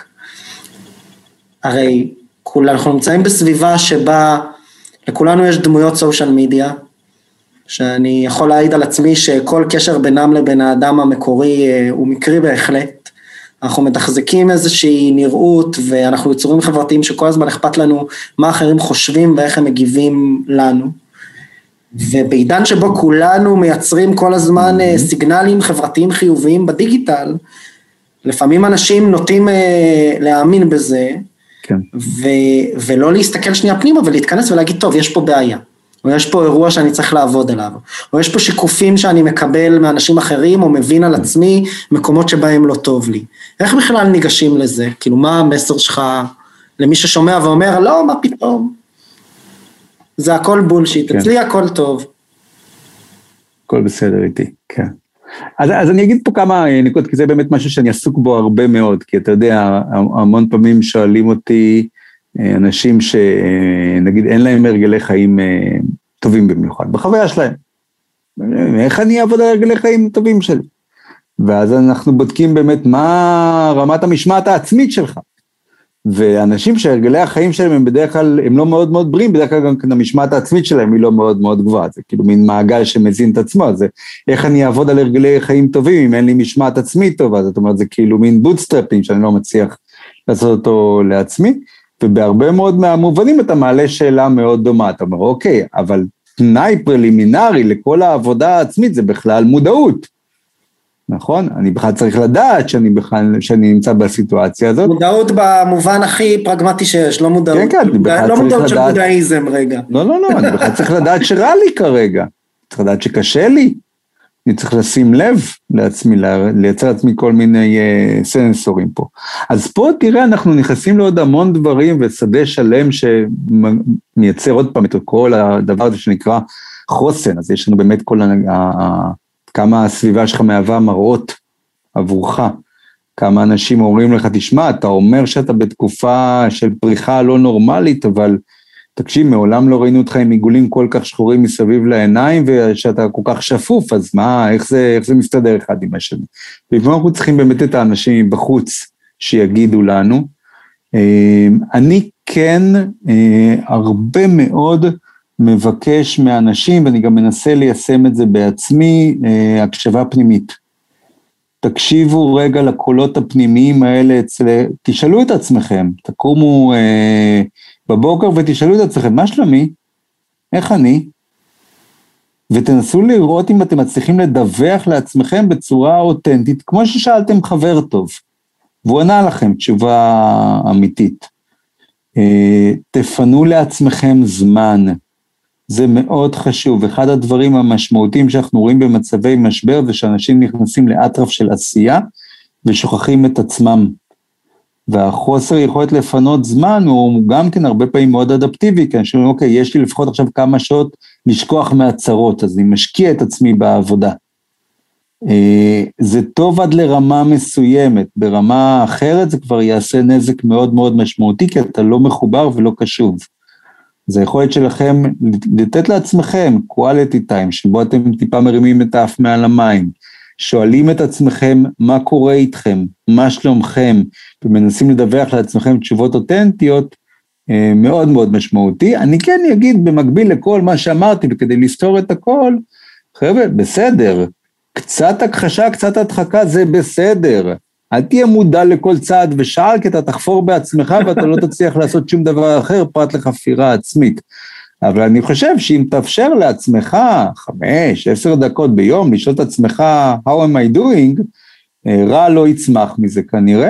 הרי אנחנו נמצאים בסביבה שבה לכולנו יש דמויות סושיאל מדיה, שאני יכול להעיד על עצמי שכל קשר בינם לבין האדם המקורי הוא מקרי בהחלט, אנחנו מתחזקים איזושהי נראות, ואנחנו יצורים חברתיים שכל הזמן אכפת לנו מה אחרים חושבים ואיך הם מגיבים לנו, ובעידן שבו כולנו מייצרים כל הזמן סיגנלים חברתיים חיוביים בדיגיטל, לפעמים אנשים נוטים להאמין בזה, כן. ולא להסתכל שנייה פנימה ולהתכנס ולהגיד, טוב, יש פה בעיה, או יש פה אירוע שאני צריך לעבוד עליו, או יש פה שיקופים שאני מקבל מאנשים אחרים, או מבין על עצמי מקומות שבהם לא טוב לי. איך בכלל ניגשים לזה? כאילו, מה המסר שלך למי ששומע ואומר, לא, מה פתאום? זה הכל בולשיט, כן. אצלי הכל טוב. הכל בסדר איתי, כן. אז אני אגיד פה כמה נקודות, כי זה באמת משהו שאני עסוק בו הרבה מאוד, כי אתה יודע, המון פעמים שואלים אותי אנשים שנגיד אין להם הרגלי חיים טובים במיוחד, בחוויה שלהם. איך אני אעבוד על הרגלי חיים טובים שלי? ואז אנחנו בודקים באמת מה רמת המשמעת העצמית שלך. ואנשים שהרגלי החיים שלהם הם בדרך כלל, הם לא מאוד מאוד בריאים, בדרך כלל גם המשמעת העצמית שלהם היא לא מאוד מאוד גבוהה, זה כאילו מין מעגל שמזין את עצמו, זה איך אני אעבוד על הרגלי חיים טובים, אם אין לי משמעת עצמית טובה, זאת אומרת זה כאילו מין בוטסטרפינג שאני לא מצליח לעשות אותו לעצמי, ובהרבה מאוד מהמובנים אתה מעלה שאלה מאוד דומה, אתה אומר אוקיי, אבל תנאי פרלימינרי לכל העבודה העצמית זה בכלל מודעות, נכון? אני בכלל צריך לדעת שאני נמצא בסיטואציה הזאת. מודעות במובן הכי פרגמטי שיש, לא מודעות. כן, כן, לא מודעות של בודהיזם רגע. לא, אני בכלל צריך לדעת שרע לי כרגע. צריך לדעת שקשה לי. אני צריך לשים לב לעצמי, לייצר לעצמי כל מיני סנסורים פה. אז פה תראה, אנחנו נכנסים לעוד המון דברים, ושדה שלם שמייצר עוד פעם את כל הדבר הזה שנקרא חוסן, אז יש לנו באמת כמה הסביבה שלך מהווה מראות עבורך, כמה אנשים אומרים לך, תשמע, אתה אומר שאתה בתקופה של פריחה לא נורמלית, אבל תקשיב, מעולם לא ראינו אותך עם עיגולים כל כך שחורים מסביב לעיניים, ושאתה כל כך שפוף, אז מה, איך זה מסתדר אחד עם השני? ולפעמים אנחנו צריכים באמת את האנשים בחוץ שיגידו לנו. אני כן הרבה מאוד מבקש מאנשים, ואני גם מנסה ליישם את זה בעצמי, הקשבה פנימית. תקשיבו רגע לקולות הפנימיים האלה, תשאלו את עצמכם, תקומו בבוקר ותשאלו את עצמכם, מה שלומי? איך אני? ותנסו לראות אם אתם מצליחים לדווח לעצמכם בצורה אותנטית, כמו ששאלתם חבר טוב, והוא ענה לכם תשובה אמיתית. תפנו לעצמכם זמן, זה מאוד חשוב. אחד הדברים המשמעותיים שאנחנו רואים במצבי משבר, זה שאנשים נכנסים לאטרף של עשייה, ושוכחים את עצמם. והחוסר יכולת לפנות זמן, הוא גם כן הרבה פעמים מאוד אדפטיבי, כי אני חושב, אוקיי, יש לי לפחות עכשיו כמה שעות לשכוח מהצרות, אז אני משקיע את עצמי בעבודה. זה טוב עד לרמה מסוימת, ברמה אחרת זה כבר יעשה נזק מאוד מאוד משמעותי, כי אתה לא מחובר ולא קשוב. זה יכולת שלכם לתת לעצמכם quality time, שבו אתם טיפה מרימים את האף מעל המים, שואלים את עצמכם מה קורה איתכם, מה שלומכם, ומנסים לדווח לעצמכם תשובות אותנטיות, מאוד מאוד משמעותי. אני כן אגיד במקביל לכל מה שאמרתי, וכדי לסתור את הכל, חבר'ה, בסדר, קצת הכחשה, קצת הדחקה, זה בסדר. אל תהיה מודע לכל צעד ושעל, כי אתה תחפור בעצמך, ואתה לא תצליח לעשות שום דבר אחר, פרט לחפירה עצמית. אבל אני חושב שאם תאפשר לעצמך 5-10 דקות ביום, לשאול את עצמך, how am I doing, רע לא יצמח מזה כנראה,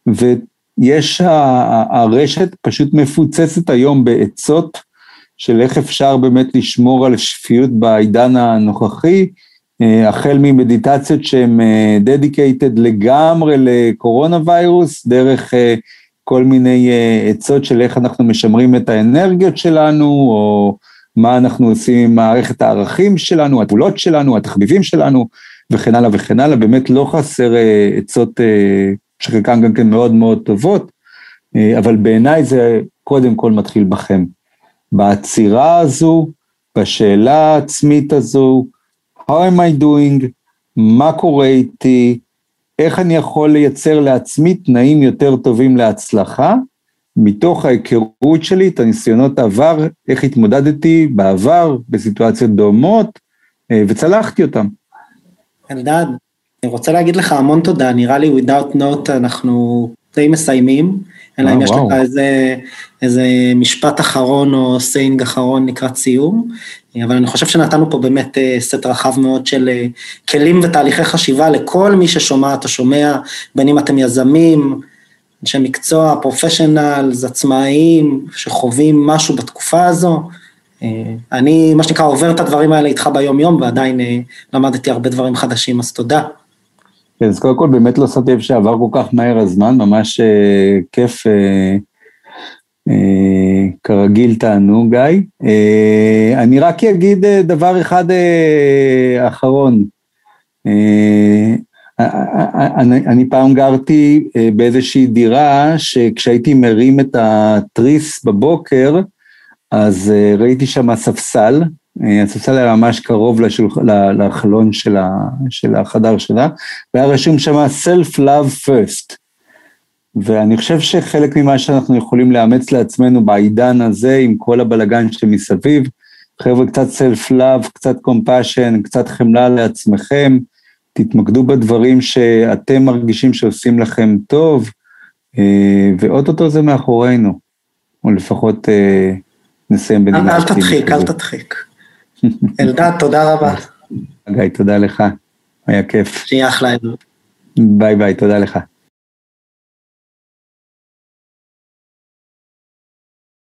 ויש הרשת פשוט מפוצצת היום בעצות, של איך אפשר באמת לשמור על שפיות בעידן הנוכחי, החל ממדיטציות שהן dedicated לגמרי לקורונה ויירוס, דרך כל מיני עצות של איך אנחנו משמרים את האנרגיות שלנו, או מה אנחנו עושים עם מערכת הערכים שלנו, התבולות שלנו, התחביבים שלנו, וכן הלאה וכן הלאה. באמת לא חסר עצות שחלקן גם כן מאוד מאוד טובות, אבל בעיניי זה קודם כל מתחיל בכם. בעצירה הזו, בשאלה העצמית הזו, how am I doing, מה קורה איתי, איך אני יכול לייצר לעצמי תנאים יותר טובים להצלחה, מתוך ההיכרות שלי, את הניסיונות העבר, איך התמודדתי בעבר, בסיטואציות דומות, וצלחתי אותם. אלדד, אני רוצה להגיד לך המון תודה, נראה לי without note אנחנו די מסיימים, אלא אם יש לך איזה משפט אחרון או סיינג אחרון לקראת סיום, אבל אני חושב שנתנו פה באמת סט רחב מאוד של כלים ותהליכי חשיבה לכל מי ששומעת או שומע, בין אם אתם יזמים, אנשי מקצוע, פרופשנלס, עצמאיים, שחווים משהו בתקופה הזו. אני, מה שנקרא, עובר את הדברים האלה איתך ביום יום, ועדיין למדתי הרבה דברים חדשים, אז תודה. אז קודם כל באמת לא שמתי לב שעבר כל כך מהר הזמן, ממש כיף, כרגיל תענו גיא. אני רק אגיד דבר אחד אחרון. אני פעם גרתי באיזושהי דירה, שכשהייתי מרים את התריס בבוקר, אז ראיתי שם ספסל, הספסל היה ממש קרוב לחלון של החדר שלה, והיה רשום שם self-love first, ואני חושב שחלק ממה שאנחנו יכולים לאמץ לעצמנו בעידן הזה, עם כל הבלגן שמסביב, חבר'ה, קצת self-love, קצת compassion, קצת חמלה לעצמכם, תתמקדו בדברים שאתם מרגישים שעושים לכם טוב, ואוטוטו זה מאחורינו, או לפחות נסיים בנימה. אל תדחיק. אלדד, תודה רבה. גיא, תודה לך, היה כיף. שיהיה אחלה. ביי ביי, תודה לך.